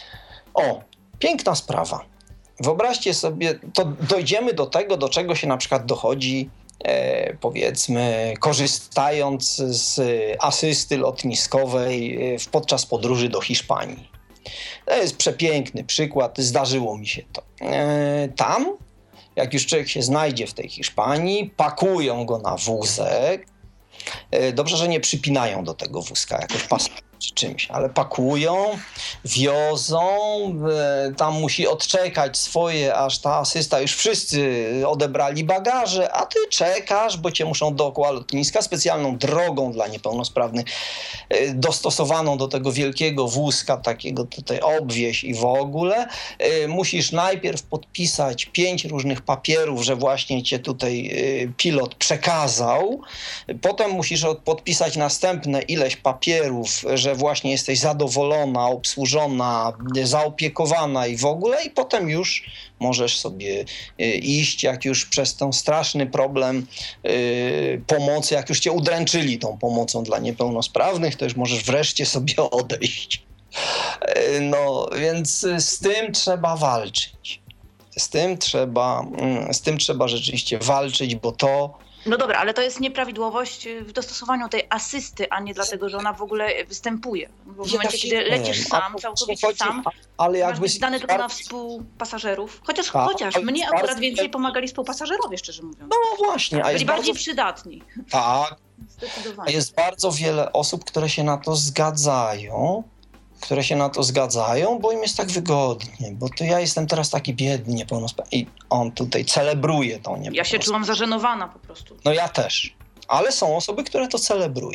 O, piękna sprawa. Wyobraźcie sobie, to dojdziemy do tego, do czego się na przykład dochodzi, e, powiedzmy, korzystając z asysty lotniskowej podczas podróży do Hiszpanii. To jest przepiękny przykład, zdarzyło mi się to. E, tam jak już człowiek się znajdzie w tej Hiszpanii, pakują go na wózek. Dobrze, że nie przypinają do tego wózka jakoś pasem czy czymś, ale pakują, wiozą, tam musi odczekać swoje, aż ta asysta, już wszyscy odebrali bagaże, a ty czekasz, bo cię muszą dookoła lotniska specjalną drogą dla niepełnosprawnych, dostosowaną do tego wielkiego wózka, takiego tutaj obwieź i w ogóle. Musisz najpierw podpisać pięć różnych papierów, że właśnie cię tutaj pilot przekazał, potem musisz podpisać następne ileś papierów, że właśnie jesteś zadowolona, obsłużona, zaopiekowana i w ogóle, i potem już możesz sobie iść, jak już przez ten straszny problem yy, pomocy, jak już cię udręczyli tą pomocą dla niepełnosprawnych, to już możesz wreszcie sobie odejść. Yy, no, więc z tym trzeba walczyć. Z tym trzeba, yy, z tym trzeba rzeczywiście walczyć, bo to No dobra, ale to jest nieprawidłowość w dostosowaniu tej asysty, a nie dlatego, że ona w ogóle występuje. Bo w momencie, kiedy lecisz sam, całkowicie sam, ale jakby masz być zdany tylko na współpasażerów. Chociaż, tak, chociaż mnie akurat więcej pomagali współpasażerowie, szczerze mówiąc. No właśnie. A jest byli bardziej bardzo przydatni. Tak. A jest bardzo wiele osób, które się na to zgadzają, które się na to zgadzają, bo im jest tak wygodnie, bo to ja jestem teraz taki biedny, niepełnosprawny i on tutaj celebruje tą niepełnosprawność. Ja się czułam zażenowana po prostu. No ja też, ale są osoby, które to celebrują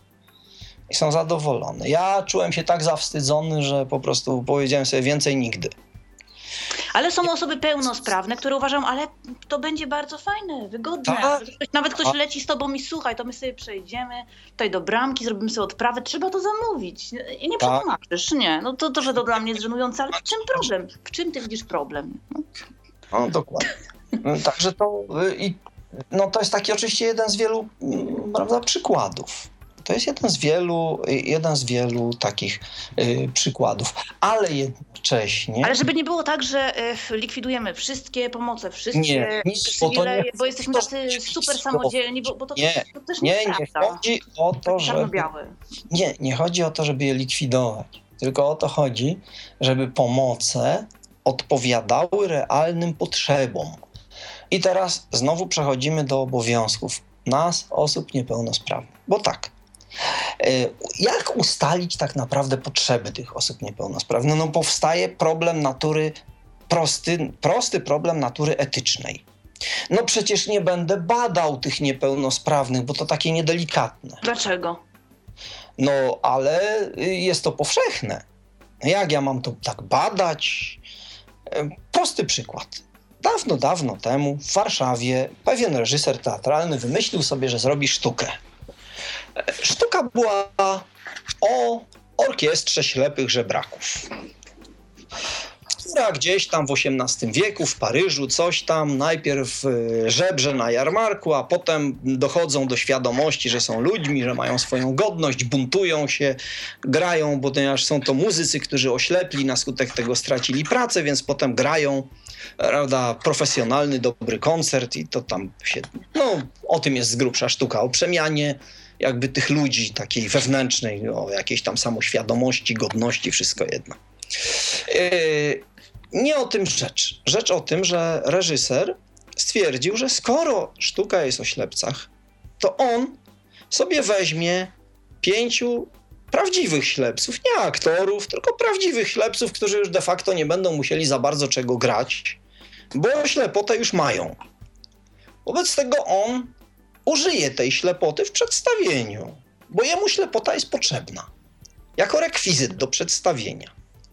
i są zadowolone. Ja czułem się tak zawstydzony, że po prostu powiedziałem sobie więcej nigdy. Ale są osoby pełnosprawne, które uważają, ale to będzie bardzo fajne, wygodne. Tak. Nawet ktoś leci z tobą i słuchaj, to my sobie przejdziemy tutaj do bramki, zrobimy sobie odprawę, trzeba to zamówić. I nie Tak. przetłumaczysz, nie. No to, to, że to dla mnie jest żenujące, ale w czym problem? W czym ty widzisz problem? No. No, dokładnie. Także to, y, i, no, to jest taki oczywiście jeden z wielu mm, prawda, przykładów. To jest jeden z wielu, y, jeden z wielu takich y, przykładów. Ale jednocześnie... Ale żeby nie było tak, że y, likwidujemy wszystkie pomoce, wszystkie Nie, nie, bo to przywileje, nie- bo jesteśmy to tacy nie- super samodzielni, bo, bo to, Nie, to też Nie, nie nie prawda. chodzi o to, żeby... Czarno-białe. Nie, nie chodzi o to, żeby je likwidować. Tylko o to chodzi, żeby pomoce odpowiadały realnym potrzebom. I teraz znowu przechodzimy do obowiązków nas, osób niepełnosprawnych. Bo tak, y, jak ustalić tak naprawdę potrzeby tych osób niepełnosprawnych? No powstaje problem natury, prosty, prosty problem natury etycznej. No przecież nie będę badał tych niepełnosprawnych, bo to takie niedelikatne. Dlaczego? No, ale y, jest to powszechne. Jak ja mam to tak badać? E, Prosty przykład. Dawno, dawno temu w Warszawie pewien reżyser teatralny wymyślił sobie, że zrobi sztukę. E, Sztuka była o orkiestrze ślepych żebraków, która gdzieś tam w osiemnastym wieku w Paryżu coś tam najpierw y, żebrze na jarmarku, a potem dochodzą do świadomości, że są ludźmi, że mają swoją godność, buntują się, grają, bo ponieważ są to muzycy, którzy oślepli, na skutek tego stracili pracę, więc potem grają, prawda, profesjonalny, dobry koncert i to tam się, no o tym jest z grubsza sztuka, o przemianie jakby tych ludzi takiej wewnętrznej, o jakiejś tam samoświadomości, godności, wszystko jedno. Yy, Nie o tym rzecz. Rzecz o tym, że reżyser stwierdził, że skoro sztuka jest o ślepcach, to on sobie weźmie pięciu prawdziwych ślepców, nie aktorów, tylko prawdziwych ślepców, którzy już de facto nie będą musieli za bardzo czego grać, bo ślepotę już mają. Wobec tego on użyje tej ślepoty w przedstawieniu, bo jemu ślepota jest potrzebna jako rekwizyt do przedstawienia.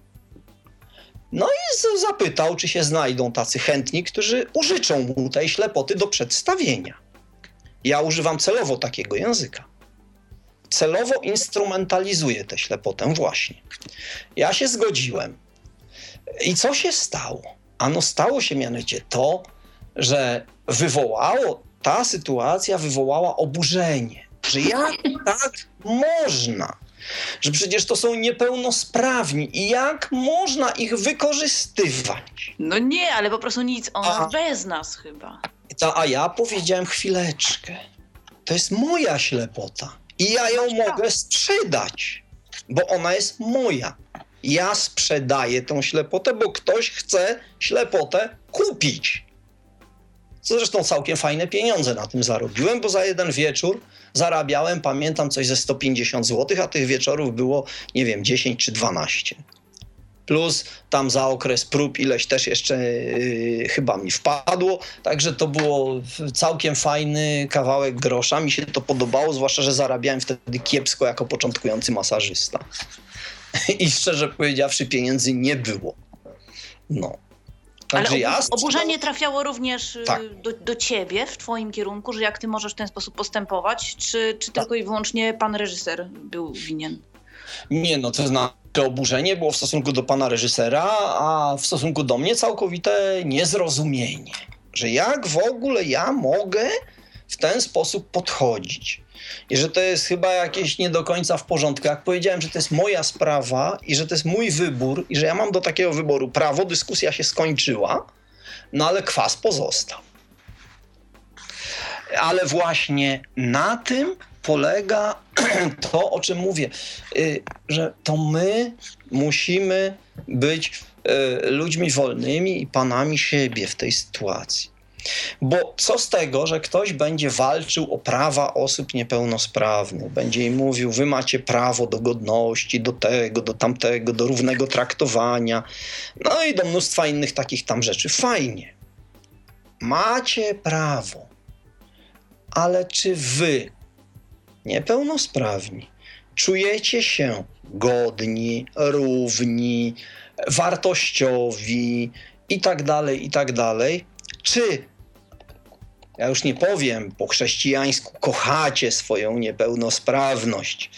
No i z- zapytał, czy się znajdą tacy chętni, którzy użyczą mu tej ślepoty do przedstawienia. Ja używam celowo takiego języka. Celowo instrumentalizuję tę ślepotę właśnie. Ja się zgodziłem. I co się stało? Ano stało się mianowicie to, że wywołało, ta sytuacja wywołała oburzenie. Że jak tak można? Że przecież to są niepełnosprawni i jak można ich wykorzystywać? No nie, ale po prostu nic o nas A. bez nas chyba. Ta, a ja powiedziałem, chwileczkę, to jest moja ślepota i ja ją mogę sprzedać, bo ona jest moja. Ja sprzedaję tą ślepotę, bo ktoś chce ślepotę kupić. Co zresztą całkiem fajne pieniądze na tym zarobiłem, bo za jeden wieczór zarabiałem, pamiętam, coś ze sto pięćdziesiąt złotych, a tych wieczorów było, nie wiem, dziesięć czy dwanaście. Plus tam za okres prób ileś też jeszcze yy, chyba mi wpadło, także to było całkiem fajny kawałek grosza. Mi się to podobało, zwłaszcza, że zarabiałem wtedy kiepsko jako początkujący masażysta. I szczerze powiedziawszy, pieniędzy nie było. No. Ale Także obu- ja oburzenie trafiało również y, Tak. do, do ciebie, w twoim kierunku, że jak ty możesz w ten sposób postępować, czy, czy Tak. tylko i wyłącznie pan reżyser był winien? Nie, no to znaczy oburzenie było w stosunku do pana reżysera, a w stosunku do mnie całkowite niezrozumienie. Że jak w ogóle ja mogę w ten sposób podchodzić. I że to jest chyba jakieś nie do końca w porządku. Jak powiedziałem, że to jest moja sprawa i że to jest mój wybór i że ja mam do takiego wyboru prawo, dyskusja się skończyła, no ale kwas pozostał. Ale właśnie na tym polega to, o czym mówię, y, że to my musimy być y, ludźmi wolnymi i panami siebie w tej sytuacji. Bo co z tego, że ktoś będzie walczył o prawa osób niepełnosprawnych, będzie im mówił, wy macie prawo do godności, do tego, do tamtego, do równego traktowania, no i do mnóstwa innych takich tam rzeczy. Fajnie. Macie prawo. Ale czy wy, niepełnosprawni, czujecie się godni, równi, wartościowi i tak dalej, i tak dalej. Czy, ja już nie powiem po chrześcijańsku, kochacie swoją niepełnosprawność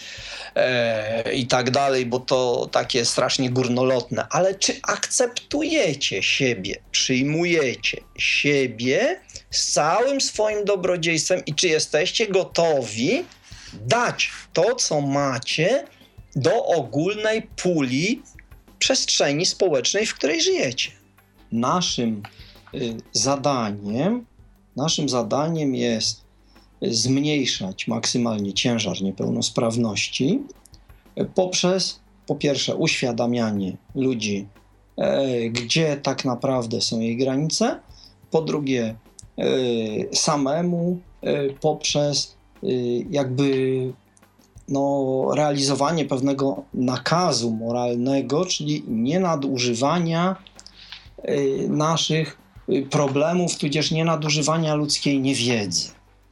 e, i tak dalej, bo to takie strasznie górnolotne, ale czy akceptujecie siebie, przyjmujecie siebie z całym swoim dobrodziejstwem i czy jesteście gotowi dać to, co macie, do ogólnej puli przestrzeni społecznej, w której żyjecie? Naszym y, zadaniem, naszym zadaniem jest zmniejszać maksymalnie ciężar niepełnosprawności y, poprzez, po pierwsze, uświadamianie ludzi, y, gdzie tak naprawdę są jej granice, po drugie, y, samemu y, poprzez y, jakby no, realizowanie pewnego nakazu moralnego, czyli nie nadużywania y, naszych y, problemów, tudzież nie nadużywania ludzkiej niewiedzy,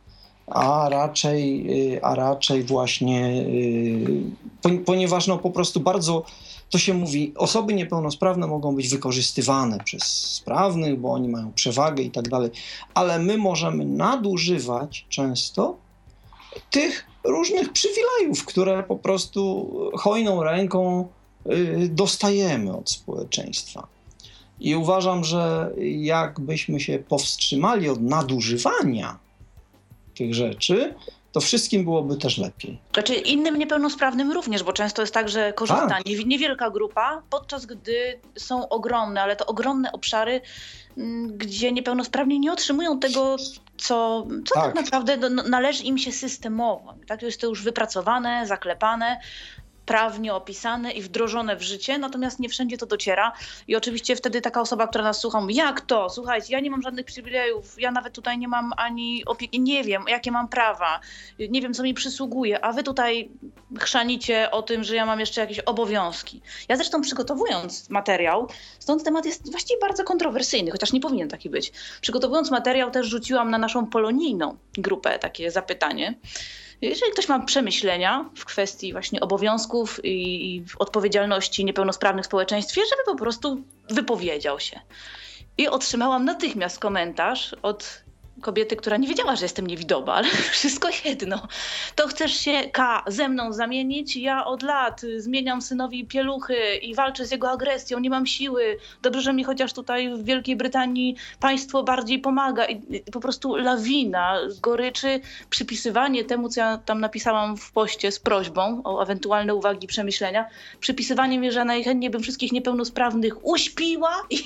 a raczej, y, a raczej właśnie, y, po, ponieważ no, po prostu bardzo, to się mówi, osoby niepełnosprawne mogą być wykorzystywane przez sprawnych, bo oni mają przewagę i tak dalej, ale my możemy nadużywać często tych różnych przywilejów, które po prostu hojną ręką y, dostajemy od społeczeństwa. I uważam, że jakbyśmy się powstrzymali od nadużywania tych rzeczy, to wszystkim byłoby też lepiej. Znaczy innym niepełnosprawnym również, bo często jest tak, że korzysta tak. niewielka grupa, podczas gdy są ogromne, ale to ogromne obszary, gdzie niepełnosprawni nie otrzymują tego, co, co tak. tak naprawdę do, należy im się systemowo. Tak? Jest to już wypracowane, zaklepane, prawnie opisane i wdrożone w życie, natomiast nie wszędzie to dociera i oczywiście wtedy taka osoba, która nas słucha, mówi, jak to? Słuchajcie, ja nie mam żadnych przywilejów, ja nawet tutaj nie mam ani opieki, nie wiem, jakie mam prawa, nie wiem, co mi przysługuje, a wy tutaj chrzanicie o tym, że ja mam jeszcze jakieś obowiązki. Ja zresztą przygotowując materiał, stąd temat jest właściwie bardzo kontrowersyjny, chociaż nie powinien taki być. Przygotowując materiał też rzuciłam na naszą polonijną grupę takie zapytanie. Jeżeli ktoś ma przemyślenia w kwestii właśnie obowiązków i, i odpowiedzialności niepełnosprawnych w społeczeństwie, żeby po prostu wypowiedział się. I otrzymałam natychmiast komentarz od kobiety, która nie wiedziała, że jestem niewidoma, ale wszystko jedno. To chcesz się, K, ze mną zamienić? Ja od lat zmieniam synowi pieluchy i walczę z jego agresją, nie mam siły. Dobrze, że mi chociaż tutaj w Wielkiej Brytanii państwo bardziej pomaga. I po prostu lawina goryczy, przypisywanie temu, co ja tam napisałam w poście z prośbą o ewentualne uwagi i przemyślenia. Przypisywanie mi, że najchętniej bym wszystkich niepełnosprawnych uśpiła i...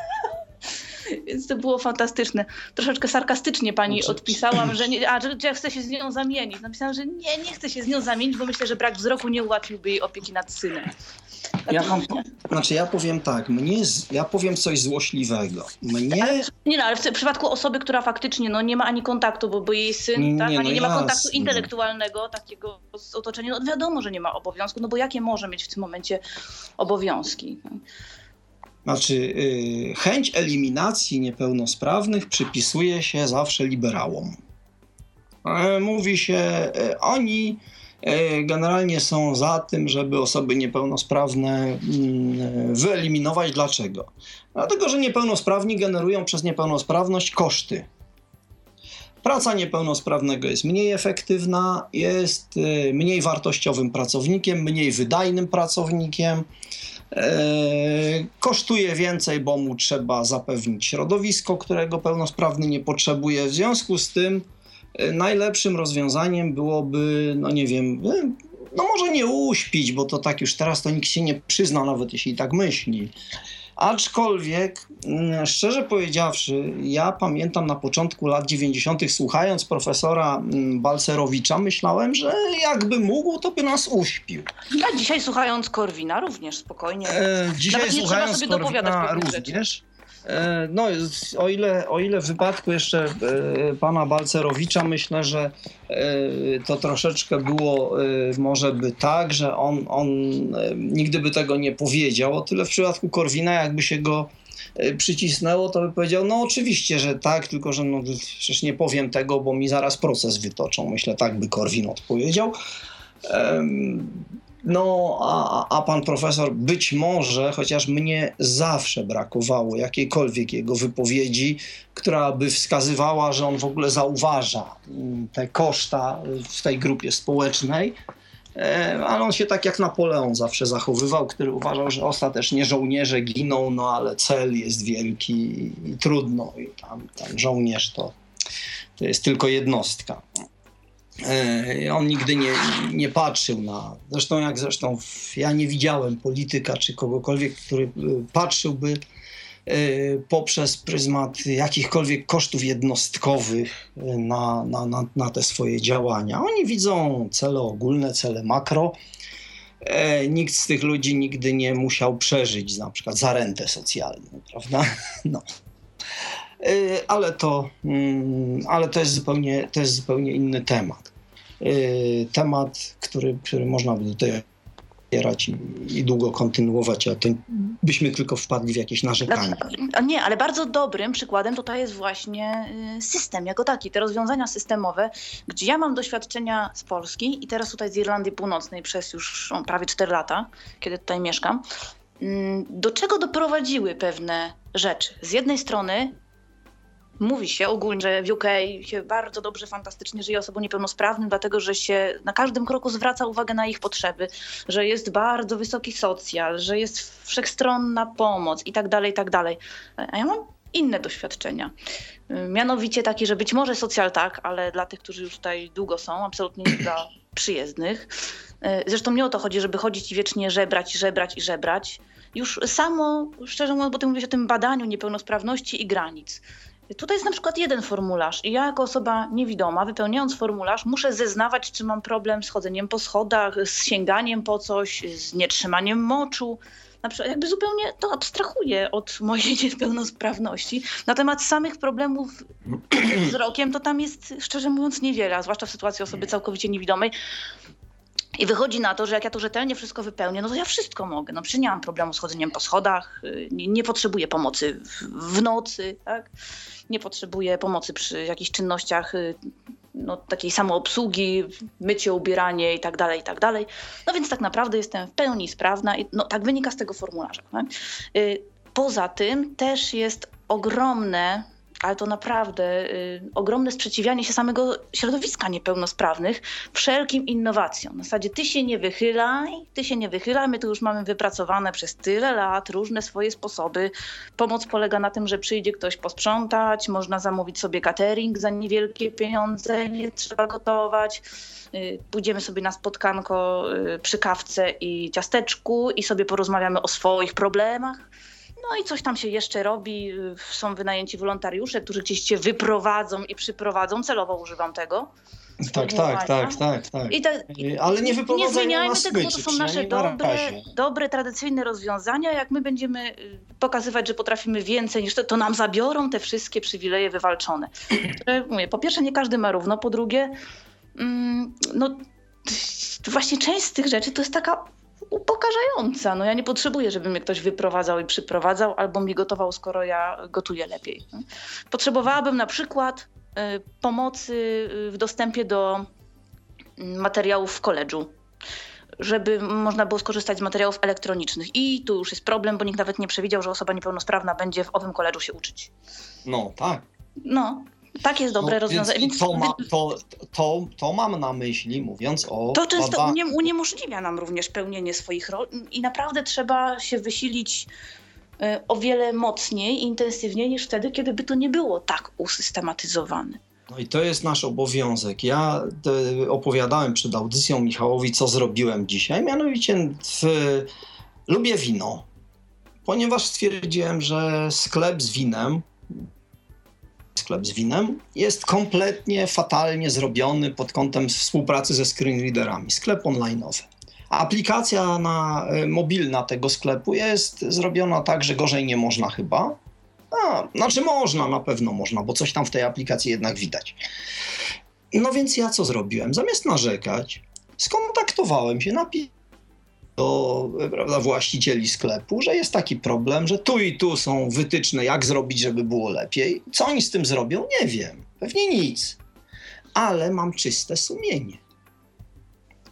Więc to było fantastyczne. Troszeczkę sarkastycznie pani odpisałam, że, nie, a, że, że ja chcę się z nią zamienić. Napisałam, że nie, nie chcę się z nią zamienić, bo myślę, że brak wzroku nie ułatwiłby jej opieki nad synem. Ja mam, znaczy ja powiem tak, mnie, ja powiem coś złośliwego. Mnie... Ale, nie no, ale w przypadku osoby, która faktycznie no, nie ma ani kontaktu, bo, bo jej syn nie, tak, ani no nie ma kontaktu intelektualnego, takiego z otoczeniem, no wiadomo, że nie ma obowiązku, no bo jakie może mieć w tym momencie obowiązki? Znaczy, yy, chęć eliminacji niepełnosprawnych przypisuje się zawsze liberałom. E, mówi się, e, oni e, generalnie są za tym, żeby osoby niepełnosprawne mm, wyeliminować. Dlaczego? Dlatego, że niepełnosprawni generują przez niepełnosprawność koszty. Praca niepełnosprawnego jest mniej efektywna, jest y, mniej wartościowym pracownikiem, mniej wydajnym pracownikiem. Eee, kosztuje więcej, bo mu trzeba zapewnić środowisko, którego pełnosprawny nie potrzebuje. W związku z tym e, najlepszym rozwiązaniem byłoby, no nie wiem, no może nie uśpić, bo to tak już teraz to nikt się nie przyzna, nawet jeśli tak myśli. Aczkolwiek, szczerze powiedziawszy, ja pamiętam na początku lat dziewięćdziesiątych słuchając profesora Balcerowicza, myślałem, że jakby mógł, to by nas uśpił. A dzisiaj słuchając Korwina również spokojnie. E, dzisiaj Nawet nie słuchając trzeba sobie Korwina również. E, no, o ile, o ile w wypadku jeszcze e, pana Balcerowicza myślę, że e, to troszeczkę było e, może by tak, że on, on e, nigdy by tego nie powiedział, o tyle w przypadku Korwina jakby się go e, przycisnęło, to by powiedział, no oczywiście, że tak, tylko że no, przecież nie powiem tego, bo mi zaraz proces wytoczą. Myślę, tak by Korwin odpowiedział. E, No, a, a pan profesor być może, chociaż mnie zawsze brakowało jakiejkolwiek jego wypowiedzi, która by wskazywała, że on w ogóle zauważa te koszta w tej grupie społecznej, ale on się tak jak Napoleon zawsze zachowywał, który uważał, że ostatecznie żołnierze giną, no ale cel jest wielki i trudno i tam, tam żołnierz to, to jest tylko jednostka. On nigdy nie, nie patrzył na... Zresztą jak zresztą ja nie widziałem polityka czy kogokolwiek, który patrzyłby poprzez pryzmat jakichkolwiek kosztów jednostkowych na, na, na, na te swoje działania. Oni widzą cele ogólne, cele makro. Nikt z tych ludzi nigdy nie musiał przeżyć na przykład za rentę socjalną, prawda? No. Ale to, ale to jest zupełnie, to jest zupełnie inny temat. Temat, który, który można by tutaj opierać i, i długo kontynuować, a to byśmy tylko wpadli w jakieś narzekania. Nie, ale bardzo dobrym przykładem tutaj jest właśnie system jako taki, te rozwiązania systemowe, gdzie ja mam doświadczenia z Polski i teraz tutaj z Irlandii Północnej przez już o, prawie cztery lata, kiedy tutaj mieszkam. Do czego doprowadziły pewne rzeczy? Z jednej strony mówi się ogólnie, że w U K się bardzo dobrze, fantastycznie żyje osobom niepełnosprawnym, dlatego że się na każdym kroku zwraca uwagę na ich potrzeby, że jest bardzo wysoki socjal, że jest wszechstronna pomoc i tak dalej, i tak dalej. A ja mam inne doświadczenia. Mianowicie takie, że być może socjal tak, ale dla tych, którzy już tutaj długo są, absolutnie nie dla przyjezdnych. Zresztą nie o to chodzi, żeby chodzić i wiecznie żebrać, żebrać i żebrać. Już samo, szczerze mówiąc, bo ty mówisz o tym badaniu niepełnosprawności i granic. Tutaj jest na przykład jeden formularz i ja jako osoba niewidoma, wypełniając formularz, muszę zeznawać, czy mam problem z chodzeniem po schodach, z sięganiem po coś, z nietrzymaniem moczu. Na przykład jakby zupełnie to abstrahuję od mojej niepełnosprawności. Na temat samych problemów z wzrokiem to tam jest, szczerze mówiąc, niewiele, a zwłaszcza w sytuacji osoby całkowicie niewidomej. I wychodzi na to, że jak ja to rzetelnie wszystko wypełnię, no to ja wszystko mogę. No przecież nie mam problemu z chodzeniem po schodach, nie, nie potrzebuję pomocy w, w nocy, tak? Nie potrzebuję pomocy przy jakichś czynnościach no, takiej samoobsługi, mycie, ubieranie i tak dalej, i tak dalej. No więc tak naprawdę jestem w pełni sprawna i no, tak wynika z tego formularza. Tak? Poza tym też jest ogromne, ale to naprawdę y, ogromne sprzeciwianie się samego środowiska niepełnosprawnych wszelkim innowacjom. Na zasadzie ty się nie wychylaj, ty się nie wychylaj, my tu już mamy wypracowane przez tyle lat różne swoje sposoby. Pomoc polega na tym, że przyjdzie ktoś posprzątać, można zamówić sobie catering za niewielkie pieniądze, nie trzeba gotować. Y, pójdziemy sobie na spotkanko y, przy kawce i ciasteczku i sobie porozmawiamy o swoich problemach. No i coś tam się jeszcze robi, są wynajęci wolontariusze, którzy gdzieś cię wyprowadzą i przyprowadzą, celowo używam tego. Tak, tak, tak, tak, tak. I te, ale nie wyprowadzają nie zmieniajmy nas tego, bo smyczy, to są nasze dobre, na dobre, tradycyjne rozwiązania. Jak my będziemy pokazywać, że potrafimy więcej niż to, to nam zabiorą te wszystkie przywileje wywalczone. Które, mówię, po pierwsze nie każdy ma równo, po drugie mm, no właśnie część z tych rzeczy to jest taka upokarzająca. No ja nie potrzebuję, żeby mnie ktoś wyprowadzał i przyprowadzał albo mi gotował, skoro ja gotuję lepiej. Potrzebowałabym na przykład y, pomocy w dostępie do materiałów w koledżu, żeby można było skorzystać z materiałów elektronicznych. I tu już jest problem, bo nikt nawet nie przewidział, że osoba niepełnosprawna będzie w owym koledżu się uczyć. No tak. No. Tak jest dobre no, rozwiązanie. Więc to, ma, to, to, to mam na myśli, mówiąc o... To często bada... unie, uniemożliwia nam również pełnienie swoich ról i naprawdę trzeba się wysilić y, o wiele mocniej i intensywniej niż wtedy, kiedy by to nie było tak usystematyzowane. No i to jest nasz obowiązek. Ja y, opowiadałem przed audycją Michałowi, co zrobiłem dzisiaj. Mianowicie w, lubię wino, ponieważ stwierdziłem, że sklep z winem sklep z winem jest kompletnie fatalnie zrobiony pod kątem współpracy ze screenreaderami. Sklep online'owy. A aplikacja na, mobilna tego sklepu jest zrobiona tak, że gorzej nie można chyba. A, znaczy można, na pewno można, bo coś tam w tej aplikacji jednak widać. No więc ja co zrobiłem? Zamiast narzekać, skontaktowałem się, napisałem do prawda, właścicieli sklepu, że jest taki problem, że tu i tu są wytyczne, jak zrobić, żeby było lepiej. Co oni z tym zrobią? Nie wiem. Pewnie nic. Ale mam czyste sumienie.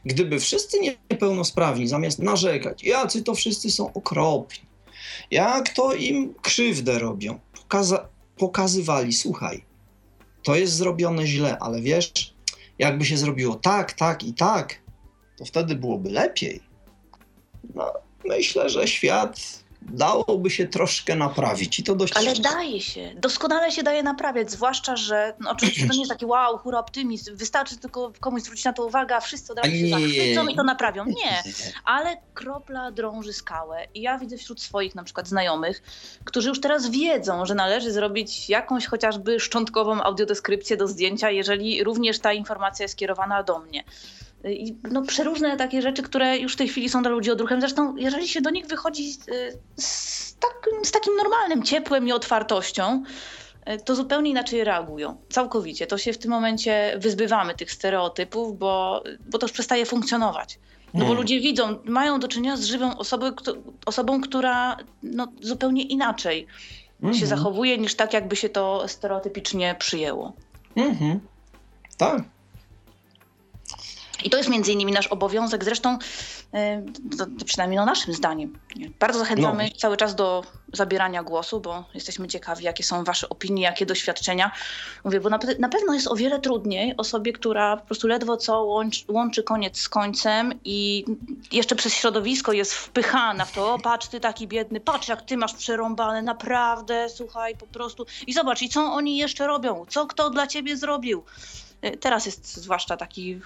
Gdyby wszyscy niepełnosprawni zamiast narzekać, jacy to wszyscy są okropni, jak to im krzywdę robią, pokaza- pokazywali, słuchaj, to jest zrobione źle, ale wiesz, jakby się zrobiło tak, tak i tak, to wtedy byłoby lepiej. No, myślę, że świat dałoby się troszkę naprawić i to dość... Ale daje się, doskonale się daje naprawiać, zwłaszcza, że no, oczywiście to nie jest taki wow, hura, optymizm, wystarczy tylko komuś zwrócić na to uwagę, a wszyscy od razu się zachwycą i to naprawią. Nie, ale kropla drąży skałę i ja widzę wśród swoich na przykład znajomych, którzy już teraz wiedzą, że należy zrobić jakąś chociażby szczątkową audiodeskrypcję do zdjęcia, jeżeli również ta informacja jest kierowana do mnie. I no, przeróżne takie rzeczy, które już w tej chwili są dla ludzi odruchem. Zresztą jeżeli się do nich wychodzi z, z, tak, z takim normalnym ciepłem i otwartością, to zupełnie inaczej reagują. Całkowicie. To się w tym momencie wyzbywamy tych stereotypów, bo, bo to już przestaje funkcjonować. No bo ludzie widzą, mają do czynienia z żywą osobą, osobą która no, zupełnie inaczej mm-hmm. się zachowuje niż tak, jakby się to stereotypicznie przyjęło. Mhm. Tak. I to jest między innymi nasz obowiązek, zresztą to, to przynajmniej no naszym zdaniem. Bardzo zachęcamy no. cały czas do zabierania głosu, bo jesteśmy ciekawi, jakie są wasze opinie, jakie doświadczenia. Mówię, bo na, na pewno jest o wiele trudniej osobie, która po prostu ledwo co łączy, łączy koniec z końcem i jeszcze przez środowisko jest wpychana w to, o patrz ty taki biedny, patrz jak ty masz przerąbane, naprawdę, słuchaj po prostu i zobacz i co oni jeszcze robią, co kto dla ciebie zrobił. Teraz jest zwłaszcza taki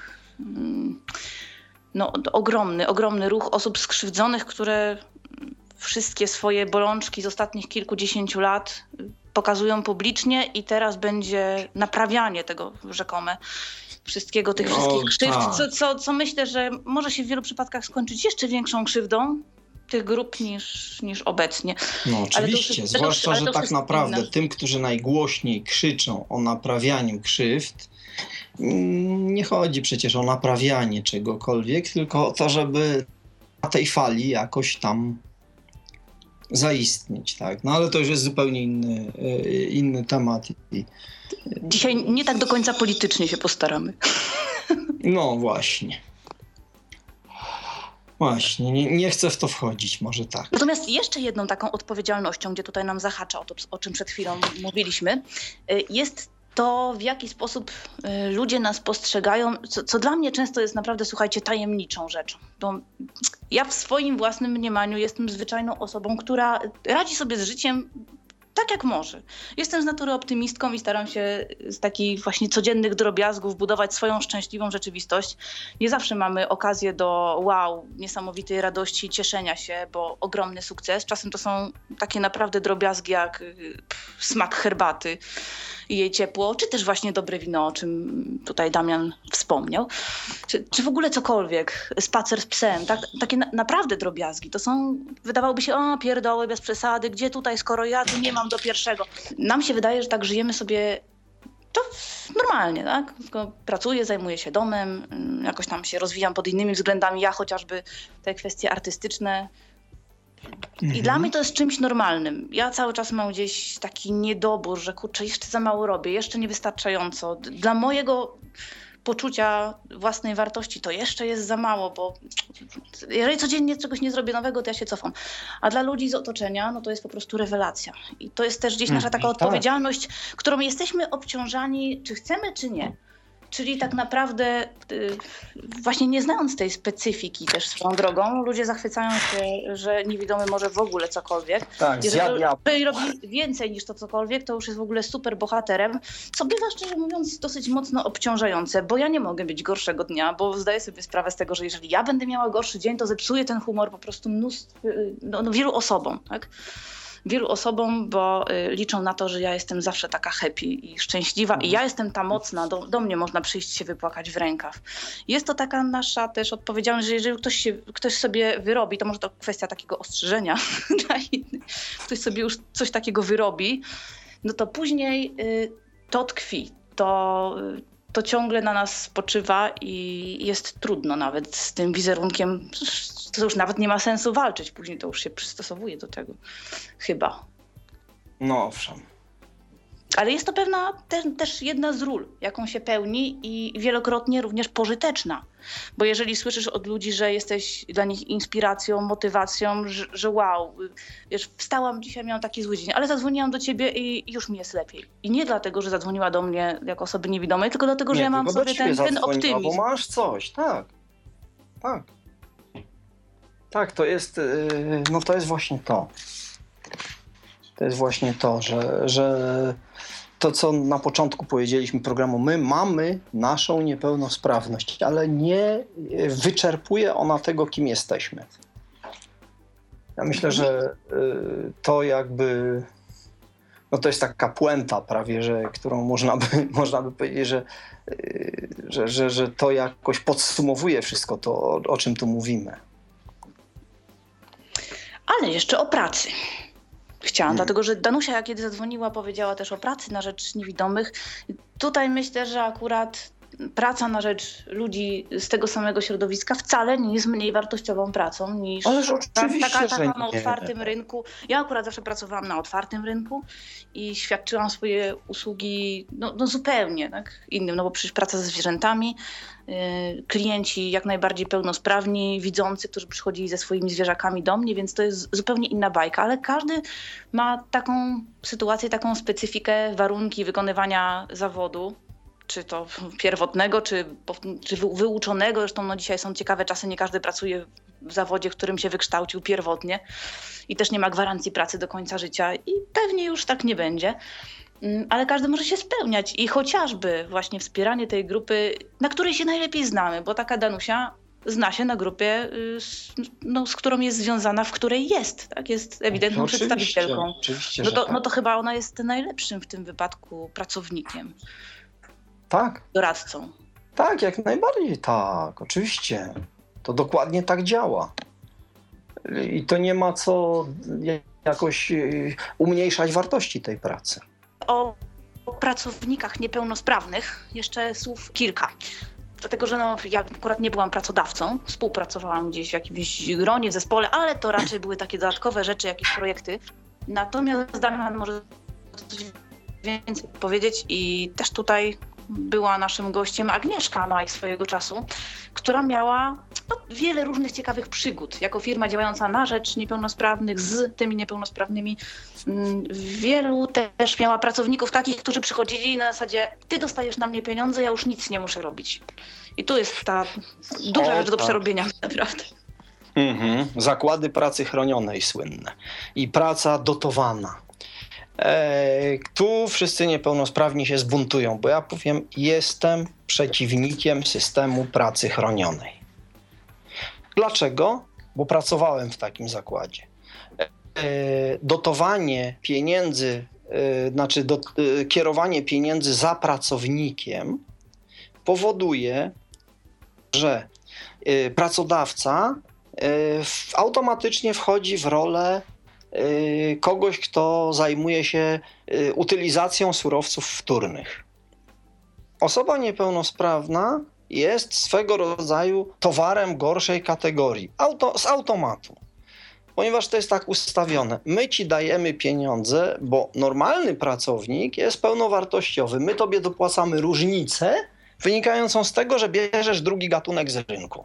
no, ogromny, ogromny ruch osób skrzywdzonych, które wszystkie swoje bolączki z ostatnich kilkudziesięciu lat pokazują publicznie i teraz będzie naprawianie tego rzekome wszystkiego, tych wszystkich krzywd, co, co, co myślę, że może się w wielu przypadkach skończyć jeszcze większą krzywdą tych grup niż, niż obecnie. No oczywiście, to, zwłaszcza, to, że tak naprawdę inne. Tym, którzy najgłośniej krzyczą o naprawianiu krzywd, nie chodzi przecież o naprawianie czegokolwiek, tylko o to, żeby na tej fali jakoś tam zaistnieć, tak? No ale to już jest zupełnie inny, inny temat. Dzisiaj nie tak do końca politycznie się postaramy. No właśnie. Właśnie, nie, nie chcę w to wchodzić, może tak. Natomiast jeszcze jedną taką odpowiedzialnością, gdzie tutaj nam zahacza o to, o czym przed chwilą mówiliśmy, jest to, w jaki sposób ludzie nas postrzegają, co, co dla mnie często jest naprawdę, słuchajcie, tajemniczą rzeczą. Bo ja w swoim własnym mniemaniu jestem zwyczajną osobą, która radzi sobie z życiem tak jak może. Jestem z natury optymistką i staram się z takich właśnie codziennych drobiazgów budować swoją szczęśliwą rzeczywistość. Nie zawsze mamy okazję do wow, niesamowitej radości, cieszenia się, bo ogromny sukces. Czasem to są takie naprawdę drobiazgi jak pff, smak herbaty i jej ciepło, czy też właśnie dobre wino, o czym tutaj Damian wspomniał. Czy, czy w ogóle cokolwiek, spacer z psem, tak, takie na, naprawdę drobiazgi. To są, wydawałoby się, o pierdoły, bez przesady, gdzie tutaj, skoro ja tu nie mam do pierwszego. Nam się wydaje, że tak żyjemy sobie to normalnie, tak? Tylko pracuję, zajmuję się domem, jakoś tam się rozwijam pod innymi względami, ja chociażby te kwestie artystyczne. I mhm. dla mnie to jest czymś normalnym. Ja cały czas mam gdzieś taki niedobór, że kurczę, jeszcze za mało robię, jeszcze niewystarczająco. Dla mojego poczucia własnej wartości to jeszcze jest za mało, bo jeżeli codziennie czegoś nie zrobię nowego, to ja się cofam. A dla ludzi z otoczenia, no to jest po prostu rewelacja. I to jest też gdzieś nasza taka mhm, odpowiedzialność, tak. którą jesteśmy obciążani, czy chcemy, czy nie. Czyli tak naprawdę y, właśnie nie znając tej specyfiki też swoją drogą, ludzie zachwycają się, że niewidomy może w ogóle cokolwiek. Tak, jeżeli robi więcej niż to cokolwiek, to już jest w ogóle super bohaterem, co bywa szczerze mówiąc dosyć mocno obciążające, bo ja nie mogę mieć gorszego dnia, bo zdaję sobie sprawę z tego, że jeżeli ja będę miała gorszy dzień, to zepsuję ten humor po prostu mnóstwo, no, no wielu osobom, tak? Wielu osobom, bo y, liczą na to, że ja jestem zawsze taka happy i szczęśliwa i ja jestem ta mocna, do, do mnie można przyjść się wypłakać w rękaw. Jest to taka nasza też odpowiedzialność, że jeżeli ktoś, się, ktoś sobie wyrobi, to może to kwestia takiego ostrzeżenia dla innych, ktoś sobie już coś takiego wyrobi, no to później y, to tkwi, to, y, to ciągle na nas spoczywa i jest trudno nawet z tym wizerunkiem. To już nawet nie ma sensu walczyć, później to już się przystosowuje do tego. Chyba. No owszem. Ale jest to pewna te, też jedna z ról, jaką się pełni i wielokrotnie również pożyteczna. Bo jeżeli słyszysz od ludzi, że jesteś dla nich inspiracją, motywacją, że, że wow, wiesz, wstałam dzisiaj, miałam taki zły dzień, ale zadzwoniłam do ciebie i już mi jest lepiej. I nie dlatego, że zadzwoniła do mnie jako osoby niewidomej, tylko dlatego, że Nie, ja mam sobie ten, ten optymizm. Bo masz coś, tak. Tak. Tak, to jest, yy, no to jest właśnie to. To jest właśnie to, że, że to, co na początku powiedzieliśmy programu, my mamy naszą niepełnosprawność, ale nie wyczerpuje ona tego, kim jesteśmy. Ja myślę, że y, to jakby, no to jest taka puenta prawie, że, którą można by, można by powiedzieć, że, y, że, że, że to jakoś podsumowuje wszystko to, o, o czym tu mówimy. Ale jeszcze o pracy. Chciałam, Hmm. dlatego że Danusia, kiedy zadzwoniła, powiedziała też o pracy na rzecz niewidomych. Tutaj myślę, że akurat praca na rzecz ludzi z tego samego środowiska wcale nie jest mniej wartościową pracą niż Ależ ta, oczywiście, taka, taka że na nie. otwartym rynku. Ja akurat zawsze pracowałam na otwartym rynku i świadczyłam swoje usługi no, no zupełnie tak, innym, no bo przecież praca ze zwierzętami, yy, klienci jak najbardziej pełnosprawni, widzący, którzy przychodzili ze swoimi zwierzakami do mnie, więc to jest zupełnie inna bajka, ale każdy ma taką sytuację, taką specyfikę, warunki wykonywania zawodu, czy to pierwotnego, czy, czy wyuczonego. Zresztą no dzisiaj są ciekawe czasy, nie każdy pracuje w zawodzie, w którym się wykształcił pierwotnie i też nie ma gwarancji pracy do końca życia i pewnie już tak nie będzie. Ale każdy może się spełniać i chociażby właśnie wspieranie tej grupy, na której się najlepiej znamy, bo taka Danusia zna się na grupie, no, z którą jest związana, w której jest, tak? Jest ewidentną Oczywiście, przedstawicielką. Oczywiście, no, to, że tak. no to chyba ona jest najlepszym w tym wypadku pracownikiem. Tak, Doradcą. tak, jak najbardziej tak, oczywiście. To dokładnie tak działa. I to nie ma co jakoś umniejszać wartości tej pracy. O pracownikach niepełnosprawnych jeszcze słów kilka. Dlatego, że no, ja akurat nie byłam pracodawcą, współpracowałam gdzieś w jakimś gronie, w zespole, ale to raczej były takie dodatkowe rzeczy, jakieś projekty. Natomiast Damian może coś więcej powiedzieć i też tutaj była naszym gościem Agnieszka Maj swojego czasu, która miała no, wiele różnych ciekawych przygód. Jako firma działająca na rzecz niepełnosprawnych, z tymi niepełnosprawnymi. Wielu też miała pracowników takich, którzy przychodzili na zasadzie ty dostajesz na mnie pieniądze, ja już nic nie muszę robić. I tu jest ta duża O, rzecz do tak. przerobienia naprawdę. Mhm. Zakłady pracy chronionej słynne i praca dotowana. E, tu wszyscy niepełnosprawni się zbuntują, bo ja powiem, jestem przeciwnikiem systemu pracy chronionej. Dlaczego? Bo pracowałem w takim zakładzie. E, dotowanie pieniędzy, e, znaczy do, e, kierowanie pieniędzy za pracownikiem powoduje, że e, pracodawca e, w, automatycznie wchodzi w rolę kogoś, kto zajmuje się utylizacją surowców wtórnych. Osoba niepełnosprawna jest swego rodzaju towarem gorszej kategorii, auto, z automatu. Ponieważ to jest tak ustawione. My ci dajemy pieniądze, bo normalny pracownik jest pełnowartościowy. My tobie dopłacamy różnicę wynikającą z tego, że bierzesz drugi gatunek z rynku.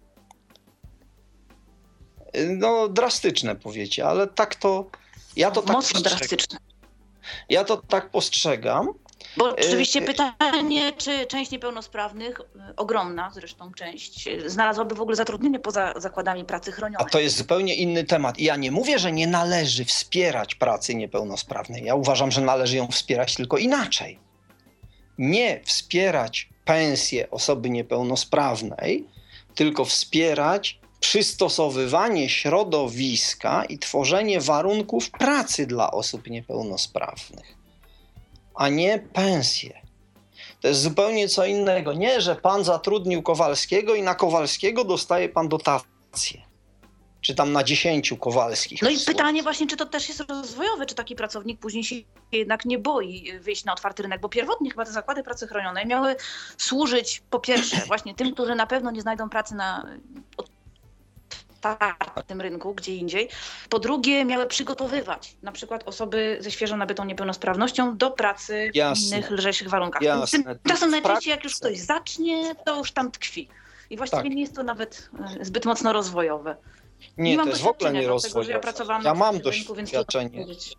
No drastyczne powiecie, ale tak to, ja to tak Mocno postrzegam. drastyczne. Ja to tak postrzegam. Bo oczywiście Yy, pytanie, czy część niepełnosprawnych, ogromna zresztą część, znalazłaby w ogóle zatrudnienie poza zakładami pracy A chronionej. to jest zupełnie inny temat. I ja nie mówię, że nie należy wspierać pracy niepełnosprawnej. Ja uważam, że należy ją wspierać tylko inaczej. Nie wspierać pensję osoby niepełnosprawnej, tylko wspierać przystosowywanie środowiska i tworzenie warunków pracy dla osób niepełnosprawnych, a nie pensje. To jest zupełnie co innego. Nie, że pan zatrudnił Kowalskiego i na Kowalskiego dostaje pan dotację. Czy tam na dziesięciu Kowalskich. No i pytanie właśnie, czy to też jest rozwojowe, czy taki pracownik później się jednak nie boi wyjść na otwarty rynek, bo pierwotnie chyba te zakłady pracy chronionej miały służyć po pierwsze właśnie tym, którzy na pewno nie znajdą pracy na otwartym rynku, gdzie indziej. Po drugie, miały przygotowywać na przykład osoby ze świeżo nabytą niepełnosprawnością do pracy Jasne. w innych, lżejszych warunkach. Jasne. Tymczasem W najczęściej jak już praktyce. ktoś zacznie, to już tam tkwi. I właściwie Tak. nie jest to nawet e, zbyt mocno rozwojowe. Nie, mam to jest w ogóle nie doświadczenia, dlatego że ja rozwojowe. pracowałam Ja na mam rynku, więc trudno doświadczenie. powiedzieć.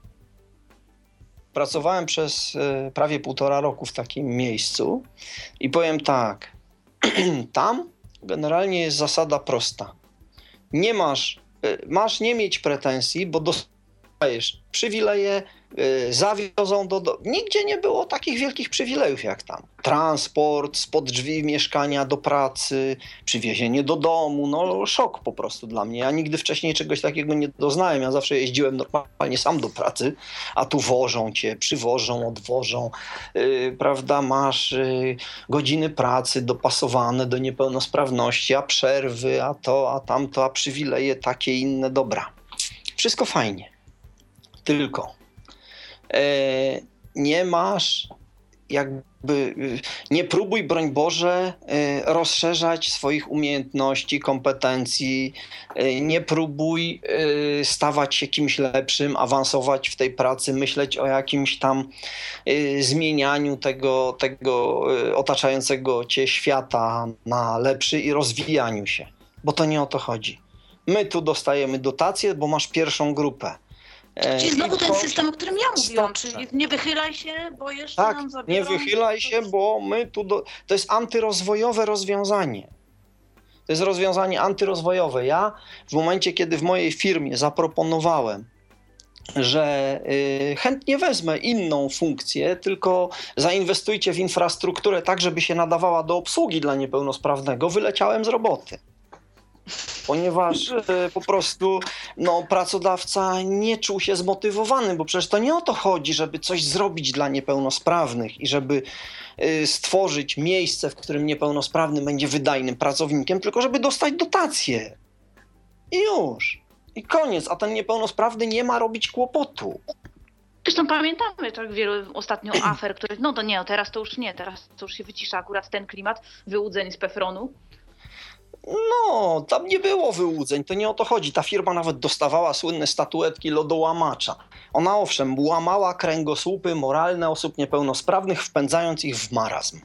Pracowałem przez e, prawie półtora roku w takim miejscu i powiem tak, tam generalnie jest zasada prosta. Nie masz, e, masz nie mieć pretensji, bo dostajesz przywileje, e, zawiozą do, do... Nigdzie nie było takich wielkich przywilejów jak tam. Transport, spod drzwi mieszkania do pracy, przywiezienie do domu, no szok po prostu dla mnie. Ja nigdy wcześniej czegoś takiego nie doznałem. Ja zawsze jeździłem normalnie sam do pracy, a tu wożą cię, przywożą, odwożą, yy, prawda, masz yy, godziny pracy dopasowane do niepełnosprawności, a przerwy, a to, a tamto, a przywileje takie inne, dobra. Wszystko fajnie. Tylko yy, nie masz jakby, nie próbuj, broń Boże, rozszerzać swoich umiejętności, kompetencji, nie próbuj stawać się kimś lepszym, awansować w tej pracy, myśleć o jakimś tam zmienianiu tego, tego otaczającego cię świata na lepszy i rozwijaniu się, bo to nie o to chodzi. My tu dostajemy dotacje, bo masz pierwszą grupę. Czyli znowu ten system, o którym ja mówiłam, Stop. czyli nie wychylaj się, bo jeszcze Tak, nam nie zabiorą. wychylaj się, bo my tu... Do... To jest antyrozwojowe rozwiązanie. To jest rozwiązanie antyrozwojowe. Ja w momencie, kiedy w mojej firmie zaproponowałem, że y, chętnie wezmę inną funkcję, tylko zainwestujcie w infrastrukturę tak, żeby się nadawała do obsługi dla niepełnosprawnego, wyleciałem z roboty. Ponieważ y, po prostu no, pracodawca nie czuł się zmotywowany, bo przecież to nie o to chodzi, żeby coś zrobić dla niepełnosprawnych i żeby y, stworzyć miejsce, w którym niepełnosprawny będzie wydajnym pracownikiem, tylko żeby dostać dotację. I już. I koniec. A ten niepełnosprawny nie ma robić kłopotu. Zresztą pamiętamy tak wielu ostatnio afer, których no to nie, no teraz to już nie, teraz to już się wycisza akurat ten klimat wyłudzeń z Pefronu. No, tam nie było wyłudzeń, to nie o to chodzi. Ta firma nawet dostawała słynne statuetki lodołamacza. Ona owszem łamała kręgosłupy moralne osób niepełnosprawnych, wpędzając ich w marazm.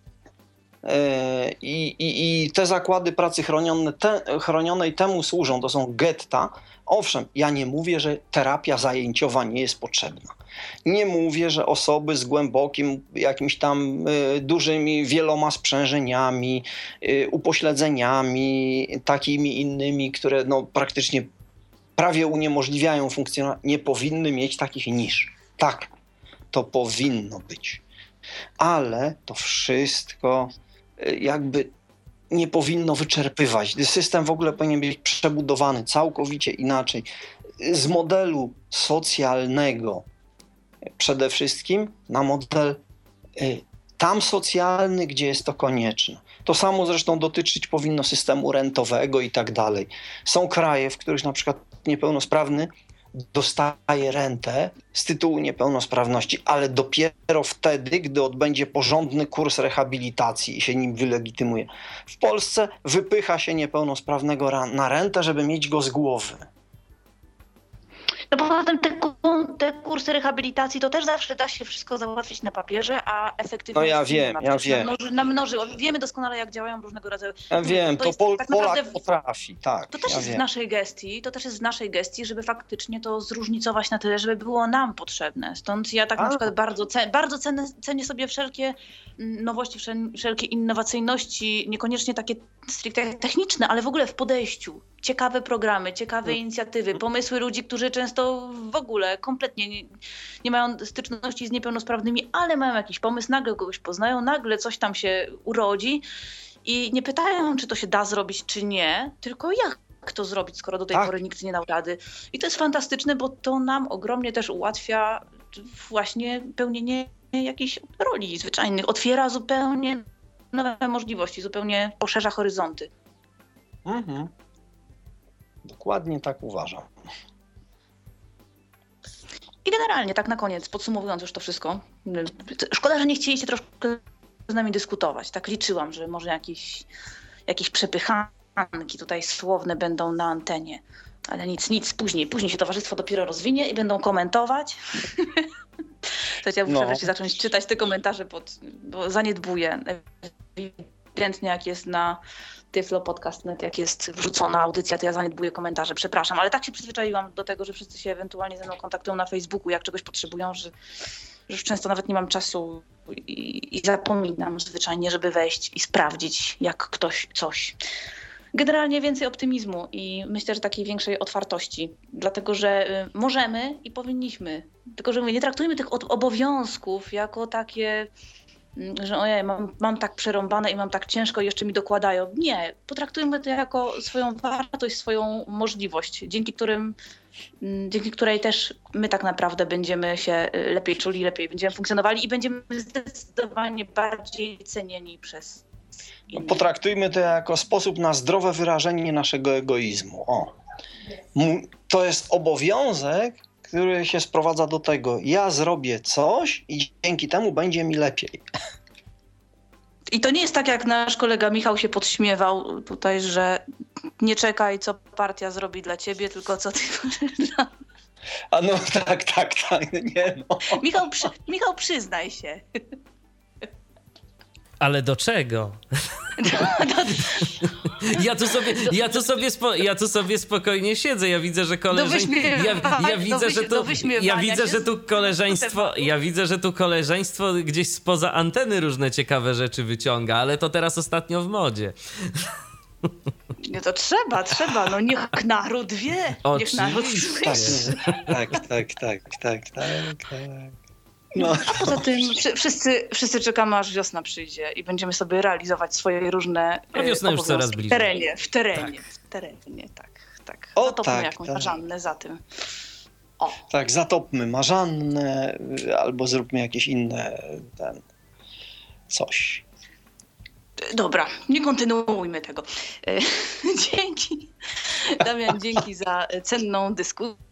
I, i, i te zakłady pracy chronione, te, chronionej temu służą, to są getta. Owszem, ja nie mówię, że terapia zajęciowa nie jest potrzebna. Nie mówię, że osoby z głębokim, jakimiś tam y, dużymi wieloma sprzężeniami, y, upośledzeniami, takimi innymi, które no, praktycznie prawie uniemożliwiają funkcjonowanie, nie powinny mieć takich nisz. Tak, to powinno być. Ale to wszystko y, jakby nie powinno wyczerpywać. System w ogóle powinien być przebudowany całkowicie inaczej. Z modelu socjalnego przede wszystkim na model y, tam socjalny, gdzie jest to konieczne. To samo zresztą dotyczyć powinno systemu rentowego i tak dalej. Są kraje, w których na przykład niepełnosprawny dostaje rentę z tytułu niepełnosprawności, ale dopiero wtedy, gdy odbędzie porządny kurs rehabilitacji i się nim wylegitymuje. W Polsce wypycha się niepełnosprawnego na rentę, żeby mieć go z głowy. No poza tym te, te kursy rehabilitacji to też zawsze da się wszystko załatwić na papierze, a efektywność No ja nie wiem, ma. ja To się wiem. Namnoży, namnożyło. Wiemy doskonale, jak działają różnego rodzaju... Ja wiem, to, to jest Pol- tak Polak naprawdę... potrafi, tak. To też ja jest wiem. w naszej gestii, to też jest w naszej gestii, żeby faktycznie to zróżnicować na tyle, żeby było nam potrzebne. Stąd ja tak A. na przykład bardzo, cen, bardzo cenię, cenię sobie wszelkie nowości, wszelkie innowacyjności, niekoniecznie takie stricte techniczne, ale w ogóle w podejściu. Ciekawe programy, ciekawe inicjatywy, pomysły ludzi, którzy często w ogóle kompletnie nie, nie mają styczności z niepełnosprawnymi, ale mają jakiś pomysł, nagle kogoś poznają, nagle coś tam się urodzi i nie pytają, czy to się da zrobić, czy nie, tylko jak to zrobić, skoro do tej Tak. pory nikt nie dał rady. I to jest fantastyczne, bo to nam ogromnie też ułatwia właśnie pełnienie jakichś roli zwyczajnych, otwiera zupełnie nowe możliwości, zupełnie poszerza horyzonty. Mhm. Dokładnie tak uważam. I generalnie, tak na koniec, podsumowując już to wszystko, szkoda, że nie chcieliście troszkę z nami dyskutować. Tak liczyłam, że może jakieś, jakieś przepychanie, przepychanki tutaj słowne będą na antenie. Ale nic, nic, później. Później się towarzystwo dopiero rozwinie i będą komentować. To chciałabym No. wreszcie zacząć czytać te komentarze, pod, bo zaniedbuję. Ewidentnie jak jest na Tyflo Podcast kropka net, jak jest wrzucona audycja, to ja zaniedbuję komentarze, przepraszam. Ale tak się przyzwyczaiłam do tego, że wszyscy się ewentualnie ze mną kontaktują na Facebooku, jak czegoś potrzebują, że, że już często nawet nie mam czasu i, i zapominam zwyczajnie, żeby wejść i sprawdzić, jak ktoś coś. Generalnie więcej optymizmu i myślę, że takiej większej otwartości, dlatego że y, możemy i powinniśmy. Tylko że mówię, nie traktujmy tych od- obowiązków jako takie, y, że ojej, mam, mam tak przerąbane i mam tak ciężko i jeszcze mi dokładają. Nie, potraktujmy to jako swoją wartość, swoją możliwość, dzięki którym, y, dzięki której też my tak naprawdę będziemy się y, lepiej czuli, lepiej będziemy funkcjonowali i będziemy zdecydowanie bardziej cenieni przez innych. Potraktujmy to jako sposób na zdrowe wyrażenie naszego egoizmu. O. M- To jest obowiązek, który się sprowadza do tego, ja zrobię coś i dzięki temu będzie mi lepiej. I to nie jest tak, jak nasz kolega Michał się podśmiewał tutaj, że nie czekaj, co partia zrobi dla ciebie, tylko co ty... A no tak, tak, tak, nie no. Michał, przy... Michał, przyznaj się. Ale do czego? Ja tu sobie, ja tu sobie, spo, ja tu sobie spokojnie siedzę. Ja widzę, że koleżeństwo. Ja, ja widzę, że tu, ja widzę, że tu koleżeństwo. Ja widzę, że tu koleżeństwo gdzieś spoza anteny różne ciekawe rzeczy wyciąga, ale to teraz ostatnio w modzie. Nie, to trzeba, trzeba. No niech naród wie. Niech naród słyszy. Tak, tak, tak, tak, tak, tak, tak. No. Poza tym wszyscy, wszyscy czekamy, aż wiosna przyjdzie i będziemy sobie realizować swoje różne A wiosna już coraz bliżej. w terenie, w terenie, w terenie, tak, tak. O, Zatopmy tak, jakąś tak. marzannę za tym. O. Tak, zatopmy marzannę albo zróbmy jakieś inne ten, coś. Dobra, nie kontynuujmy tego. Dzięki. Damian, dzięki za cenną dyskusję.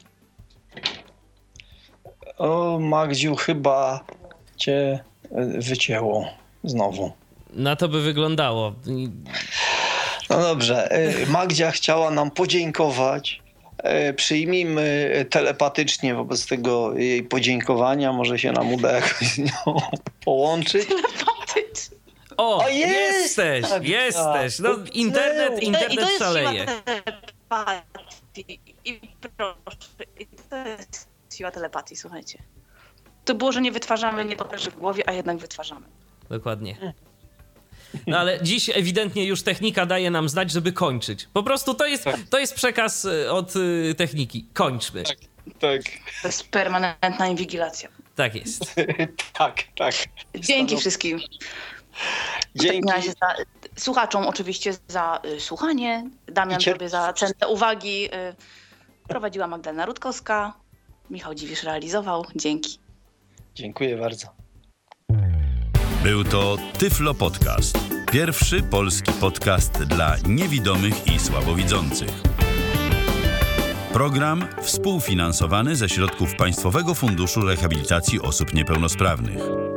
O, Magdziu, chyba cię wycięło znowu. Na to by wyglądało. No dobrze, Magdzia chciała nam podziękować. Przyjmijmy telepatycznie wobec tego jej podziękowania. Może się nam uda jakoś z nią połączyć. Telepatycznie. O, O, jest! jesteś, Tak, jesteś. tak. No, internet, I to, internet i to jest szaleje. siła telepatii. I proszę, i to jest siła telepatii, słuchajcie. To było, że nie wytwarzamy, nie to leży w głowie, a jednak wytwarzamy. Dokładnie. No ale dziś ewidentnie już technika daje nam znać, żeby kończyć. Po prostu to jest, to jest przekaz od y, techniki. Kończmy. Tak, tak, To jest permanentna inwigilacja. Tak jest. tak, tak. Dzięki Stanów- wszystkim. W Dzięki. takim razie za, słuchaczom oczywiście za y, słuchanie. Damian I cier- tobie za cenne uwagi. Y, prowadziła Magdalena Rutkowska. Michał Dziwisz realizował. Dzięki. Dziękuję bardzo. Był to Tyflo Podcast. Pierwszy polski podcast dla niewidomych i słabowidzących. Program współfinansowany ze środków Państwowego Funduszu Rehabilitacji Osób Niepełnosprawnych.